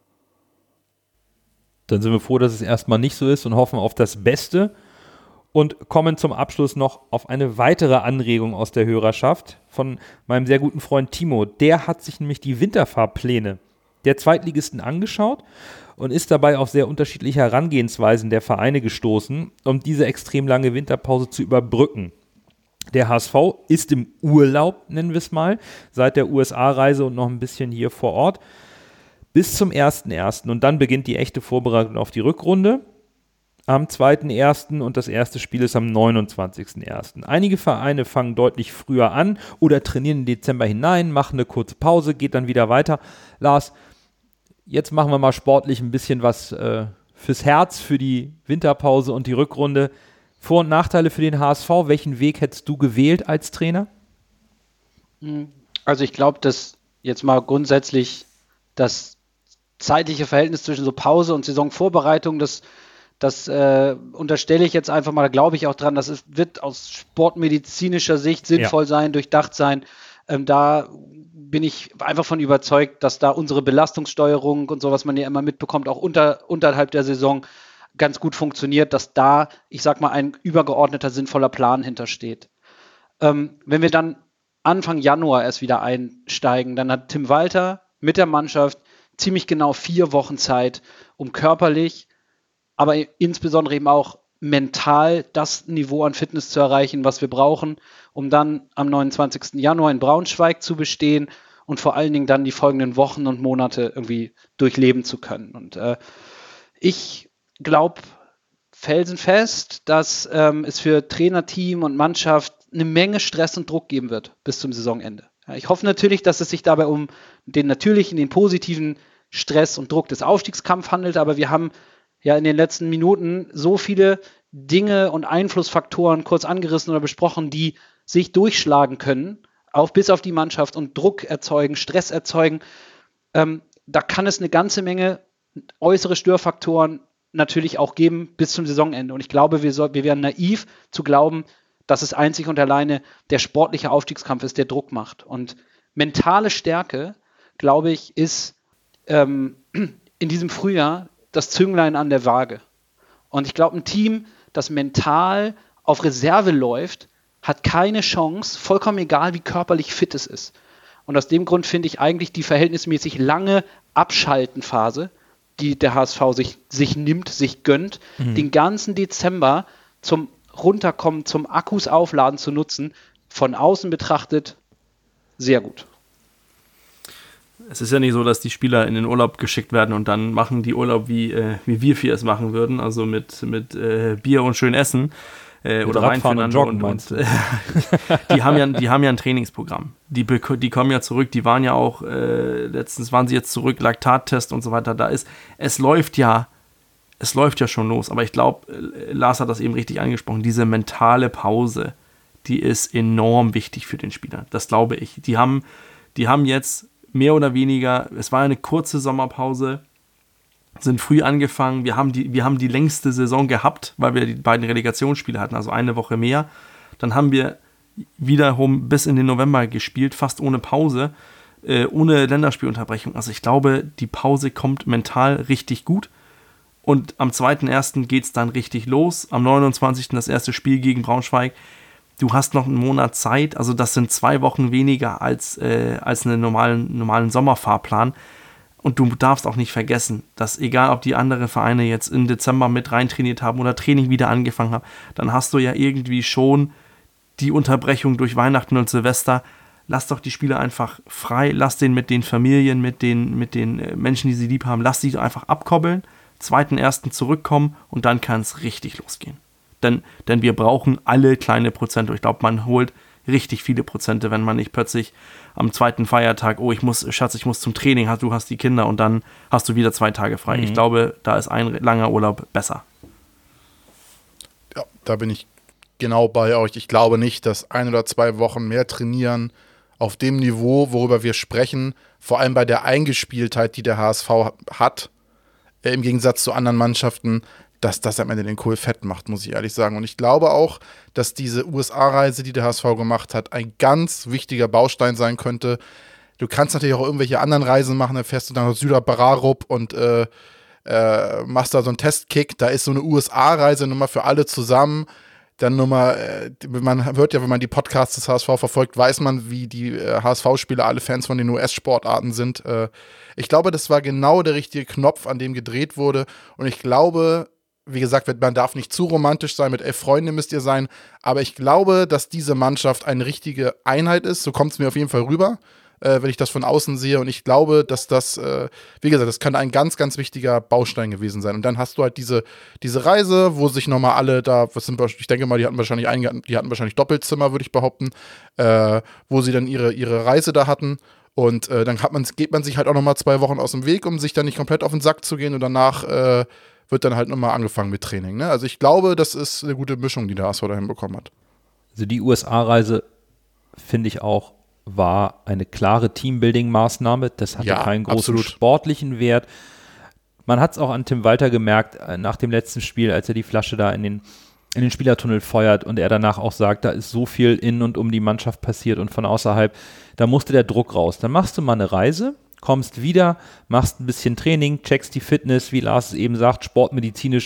Dann sind wir froh, dass es erstmal nicht so ist und hoffen auf das Beste und kommen zum Abschluss noch auf eine weitere Anregung aus der Hörerschaft von meinem sehr guten Freund Timo. Der hat sich nämlich die Winterfahrpläne der Zweitligisten angeschaut und ist dabei auf sehr unterschiedliche Herangehensweisen der Vereine gestoßen, um diese extrem lange Winterpause zu überbrücken. Der H S V ist im Urlaub, nennen wir es mal, seit der U S A-Reise und noch ein bisschen hier vor Ort, bis zum ersten ersten Und dann beginnt die echte Vorbereitung auf die Rückrunde am zweiten ersten und das erste Spiel ist am neunundzwanzigsten ersten Einige Vereine fangen deutlich früher an oder trainieren im Dezember hinein, machen eine kurze Pause, geht dann wieder weiter. Lars, jetzt machen wir mal sportlich ein bisschen was äh, fürs Herz, für die Winterpause und die Rückrunde. Vor- und Nachteile für den H S V, welchen Weg hättest du gewählt als Trainer? Also ich glaube, dass jetzt mal grundsätzlich das zeitliche Verhältnis zwischen so Pause und Saisonvorbereitung, das, das äh, unterstelle ich jetzt einfach mal, da glaube ich auch dran, das ist, wird aus sportmedizinischer Sicht sinnvoll ja. sein, durchdacht sein. Ähm, da bin ich einfach von überzeugt, dass da unsere Belastungssteuerung und so, was man ja immer mitbekommt, auch unter, unterhalb der Saison ganz gut funktioniert, dass da, ich sag mal, ein übergeordneter, sinnvoller Plan hintersteht. Ähm, wenn wir dann Anfang Januar erst wieder einsteigen, dann hat Tim Walter mit der Mannschaft ziemlich genau vier Wochen Zeit, um körperlich, aber insbesondere eben auch mental das Niveau an Fitness zu erreichen, was wir brauchen, um dann am neunundzwanzigsten Januar in Braunschweig zu bestehen und vor allen Dingen dann die folgenden Wochen und Monate irgendwie durchleben zu können. Und äh, ich glaube felsenfest, dass ähm, es für Trainerteam und Mannschaft eine Menge Stress und Druck geben wird bis zum Saisonende. Ja, ich hoffe natürlich, dass es sich dabei um den natürlichen, den positiven Stress und Druck des Aufstiegskampfs handelt, aber wir haben ja in den letzten Minuten so viele Dinge und Einflussfaktoren kurz angerissen oder besprochen, die sich durchschlagen können, auch bis auf die Mannschaft und Druck erzeugen, Stress erzeugen. Ähm, da kann es eine ganze Menge äußere Störfaktoren natürlich auch geben bis zum Saisonende. Und ich glaube, wir, soll, wir wären naiv zu glauben, dass es einzig und alleine der sportliche Aufstiegskampf ist, der Druck macht. Und mentale Stärke, glaube ich, ist ähm, in diesem Frühjahr das Zünglein an der Waage. Und ich glaube, ein Team, das mental auf Reserve läuft, hat keine Chance, vollkommen egal, wie körperlich fit es ist. Und aus dem Grund finde ich eigentlich die verhältnismäßig lange Abschaltenphase, die der H S V sich, sich nimmt, sich gönnt, mhm. den ganzen Dezember zum Runterkommen, zum Akkus aufladen zu nutzen, von außen betrachtet sehr gut. Es ist ja nicht so, dass die Spieler in den Urlaub geschickt werden und dann machen die Urlaub, wie, äh, wie wir vier es machen würden, also mit, mit äh, Bier und schön Essen äh, oder Wein füreinander. Und, und, und äh, die, haben ja, die haben ja ein Trainingsprogramm. Die, die kommen ja zurück, die waren ja auch, äh, letztens waren sie jetzt zurück, Laktattest und so weiter. Da ist, es läuft ja, es läuft ja schon los, aber ich glaube, Lars hat das eben richtig angesprochen, diese mentale Pause, die ist enorm wichtig für den Spieler. Das glaube ich. Die haben, die haben jetzt mehr oder weniger, es war eine kurze Sommerpause, sind früh angefangen, wir haben die, wir haben die längste Saison gehabt, weil wir die beiden Relegationsspiele hatten, also eine Woche mehr. Dann haben wir wiederum bis in den November gespielt, fast ohne Pause, äh, ohne Länderspielunterbrechung. Also ich glaube, die Pause kommt mental richtig gut. Und am zweiten ersten geht es dann richtig los. Am neunundzwanzigsten das erste Spiel gegen Braunschweig. Du hast noch einen Monat Zeit, also das sind zwei Wochen weniger als, äh, als einen normalen, normalen Sommerfahrplan. Und du darfst auch nicht vergessen, dass egal, ob die anderen Vereine jetzt im Dezember mit reintrainiert haben oder Training wieder angefangen haben, dann hast du ja irgendwie schon die Unterbrechung durch Weihnachten und Silvester. Lass doch die Spieler einfach frei, lass den mit den Familien, mit den, mit den Menschen, die sie lieb haben, lass sie einfach abkoppeln, zweiten ersten zurückkommen und dann kann es richtig losgehen. Denn, denn wir brauchen alle kleine Prozente. Ich glaube, man holt richtig viele Prozente, wenn man nicht plötzlich am zweiten Feiertag, oh, ich muss, Schatz, ich muss zum Training, du hast die Kinder und dann hast du wieder zwei Tage frei. Mhm. Ich glaube, da ist ein langer Urlaub besser. Ja, da bin ich genau bei euch. Ich glaube nicht, dass ein oder zwei Wochen mehr trainieren auf dem Niveau, worüber wir sprechen, vor allem bei der Eingespieltheit, die der H S V hat, äh, im Gegensatz zu anderen Mannschaften, dass das am Ende den Kohl fett macht, muss ich ehrlich sagen. Und ich glaube auch, dass diese U S A-Reise, die der H S V gemacht hat, ein ganz wichtiger Baustein sein könnte. Du kannst natürlich auch irgendwelche anderen Reisen machen, dann fährst du dann nach Süderbrarup und äh, äh, machst da so einen Testkick. Da ist so eine U S A-Reise nochmal für alle zusammen. Dann nochmal, äh, man hört ja, wenn man die Podcasts des H S V verfolgt, weiß man, wie die äh, H S V-Spieler alle Fans von den U S-Sportarten sind. Äh, ich glaube, das war genau der richtige Knopf, an dem gedreht wurde. Und ich glaube, wie gesagt, man darf nicht zu romantisch sein, mit elf Freunden müsst ihr sein, aber ich glaube, dass diese Mannschaft eine richtige Einheit ist, so kommt es mir auf jeden Fall rüber, äh, wenn ich das von außen sehe, und ich glaube, dass das, äh, wie gesagt, das kann ein ganz, ganz wichtiger Baustein gewesen sein, und dann hast du halt diese, diese Reise, wo sich nochmal alle da, was sind, ich denke mal, die hatten wahrscheinlich ein, die hatten wahrscheinlich Doppelzimmer, würde ich behaupten, äh, wo sie dann ihre, ihre Reise da hatten. Und äh, dann hat man, geht man sich halt auch nochmal zwei Wochen aus dem Weg, um sich dann nicht komplett auf den Sack zu gehen, und danach äh, wird dann halt nochmal angefangen mit Training. Ne? Also ich glaube, das ist eine gute Mischung, die der H S V da hinbekommen hat. Also die U S A-Reise, finde ich auch, war eine klare Teambuilding-Maßnahme. Das hatte Ja, keinen großen absolut. sportlichen Wert. Man hat es auch an Tim Walter gemerkt, äh, nach dem letzten Spiel, als er die Flasche da in den, in den Spielertunnel feuert und er danach auch sagt, da ist so viel in und um die Mannschaft passiert und von außerhalb, da musste der Druck raus. Dann machst du mal eine Reise, kommst wieder, machst ein bisschen Training, checkst die Fitness, wie Lars es eben sagt, sportmedizinisch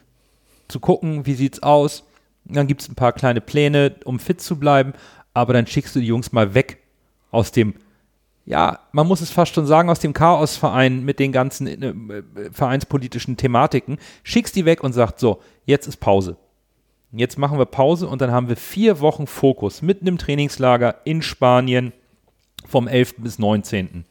zu gucken, wie sieht's aus. Dann gibt es ein paar kleine Pläne, um fit zu bleiben, aber dann schickst du die Jungs mal weg aus dem, ja, man muss es fast schon sagen, aus dem Chaosverein mit den ganzen äh, vereinspolitischen Thematiken, schickst die weg und sagst, so, jetzt ist Pause. Jetzt machen wir Pause und dann haben wir vier Wochen Fokus mitten im Trainingslager in Spanien vom elften bis neunzehnten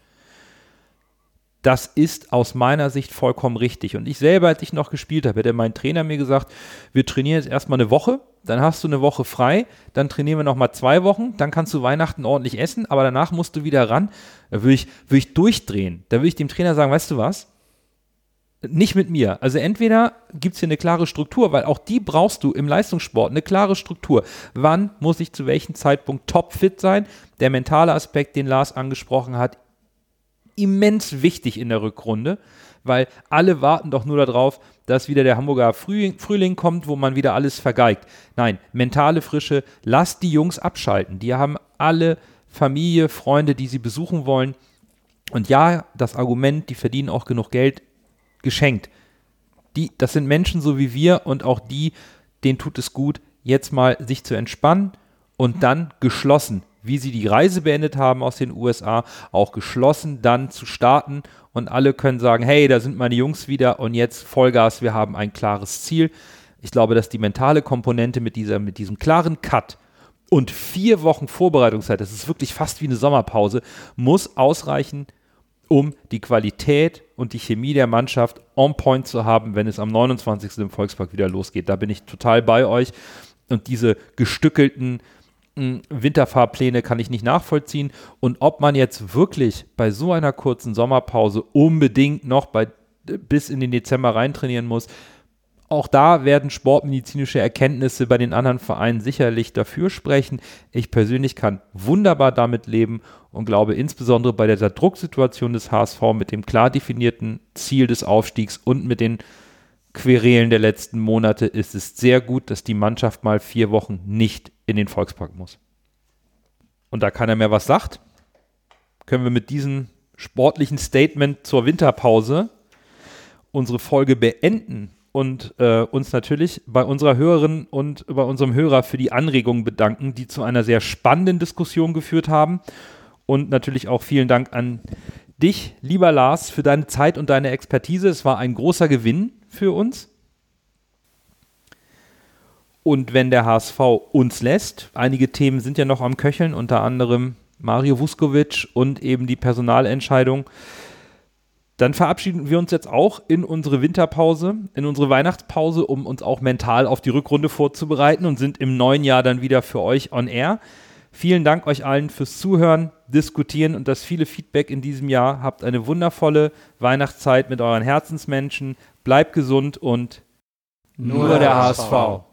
Das ist aus meiner Sicht vollkommen richtig. Und ich selber, als ich noch gespielt habe, hätte mein Trainer mir gesagt, wir trainieren jetzt erstmal eine Woche, dann hast du eine Woche frei, dann trainieren wir nochmal zwei Wochen, dann kannst du Weihnachten ordentlich essen, aber danach musst du wieder ran. Da würde ich, würde ich durchdrehen. Da würde ich dem Trainer sagen, weißt du was? Nicht mit mir. Also entweder gibt es hier eine klare Struktur, weil auch die brauchst du im Leistungssport, eine klare Struktur. Wann muss ich zu welchem Zeitpunkt topfit sein? Der mentale Aspekt, den Lars angesprochen hat, immens wichtig in der Rückrunde, weil alle warten doch nur darauf, dass wieder der Hamburger Frühling, Frühling kommt, wo man wieder alles vergeigt. Nein, mentale Frische, lasst die Jungs abschalten. Die haben alle Familie, Freunde, die sie besuchen wollen. Und ja, das Argument, die verdienen auch genug Geld, geschenkt. Die, das sind Menschen so wie wir und auch die, denen tut es gut, jetzt mal sich zu entspannen und dann geschlossen, wie sie die Reise beendet haben aus den U S A, auch geschlossen dann zu starten und alle können sagen, hey, da sind meine Jungs wieder und jetzt Vollgas, wir haben ein klares Ziel. Ich glaube, dass die mentale Komponente mit, dieser, mit diesem klaren Cut und vier Wochen Vorbereitungszeit, das ist wirklich fast wie eine Sommerpause, muss ausreichen, um die Qualität und die Chemie der Mannschaft on point zu haben, wenn es am neunundzwanzigsten im Volkspark wieder losgeht. Da bin ich total bei euch und diese gestückelten Winterfahrpläne kann ich nicht nachvollziehen. Und ob man jetzt wirklich bei so einer kurzen Sommerpause unbedingt noch bei, bis in den Dezember reintrainieren muss, auch da werden sportmedizinische Erkenntnisse bei den anderen Vereinen sicherlich dafür sprechen. Ich persönlich kann wunderbar damit leben und glaube insbesondere bei dieser Drucksituation des H S V mit dem klar definierten Ziel des Aufstiegs und mit den Querelen der letzten Monate ist es sehr gut, dass die Mannschaft mal vier Wochen nicht in den Volkspark muss. Und da keiner mehr was sagt, können wir mit diesem sportlichen Statement zur Winterpause unsere Folge beenden und äh, uns natürlich bei unserer Hörerin und bei unserem Hörer für die Anregungen bedanken, die zu einer sehr spannenden Diskussion geführt haben. Und natürlich auch vielen Dank an dich, lieber Lars, für deine Zeit und deine Expertise. Es war ein großer Gewinn für uns. Und wenn der H S V uns lässt, einige Themen sind ja noch am Köcheln, unter anderem Mario Vuskovic und eben die Personalentscheidung, dann verabschieden wir uns jetzt auch in unsere Winterpause, in unsere Weihnachtspause, um uns auch mental auf die Rückrunde vorzubereiten und sind im neuen Jahr dann wieder für euch on air. Vielen Dank euch allen fürs Zuhören, Diskutieren und das viele Feedback in diesem Jahr. Habt eine wundervolle Weihnachtszeit mit euren Herzensmenschen. Bleibt gesund und nur, nur der H S V.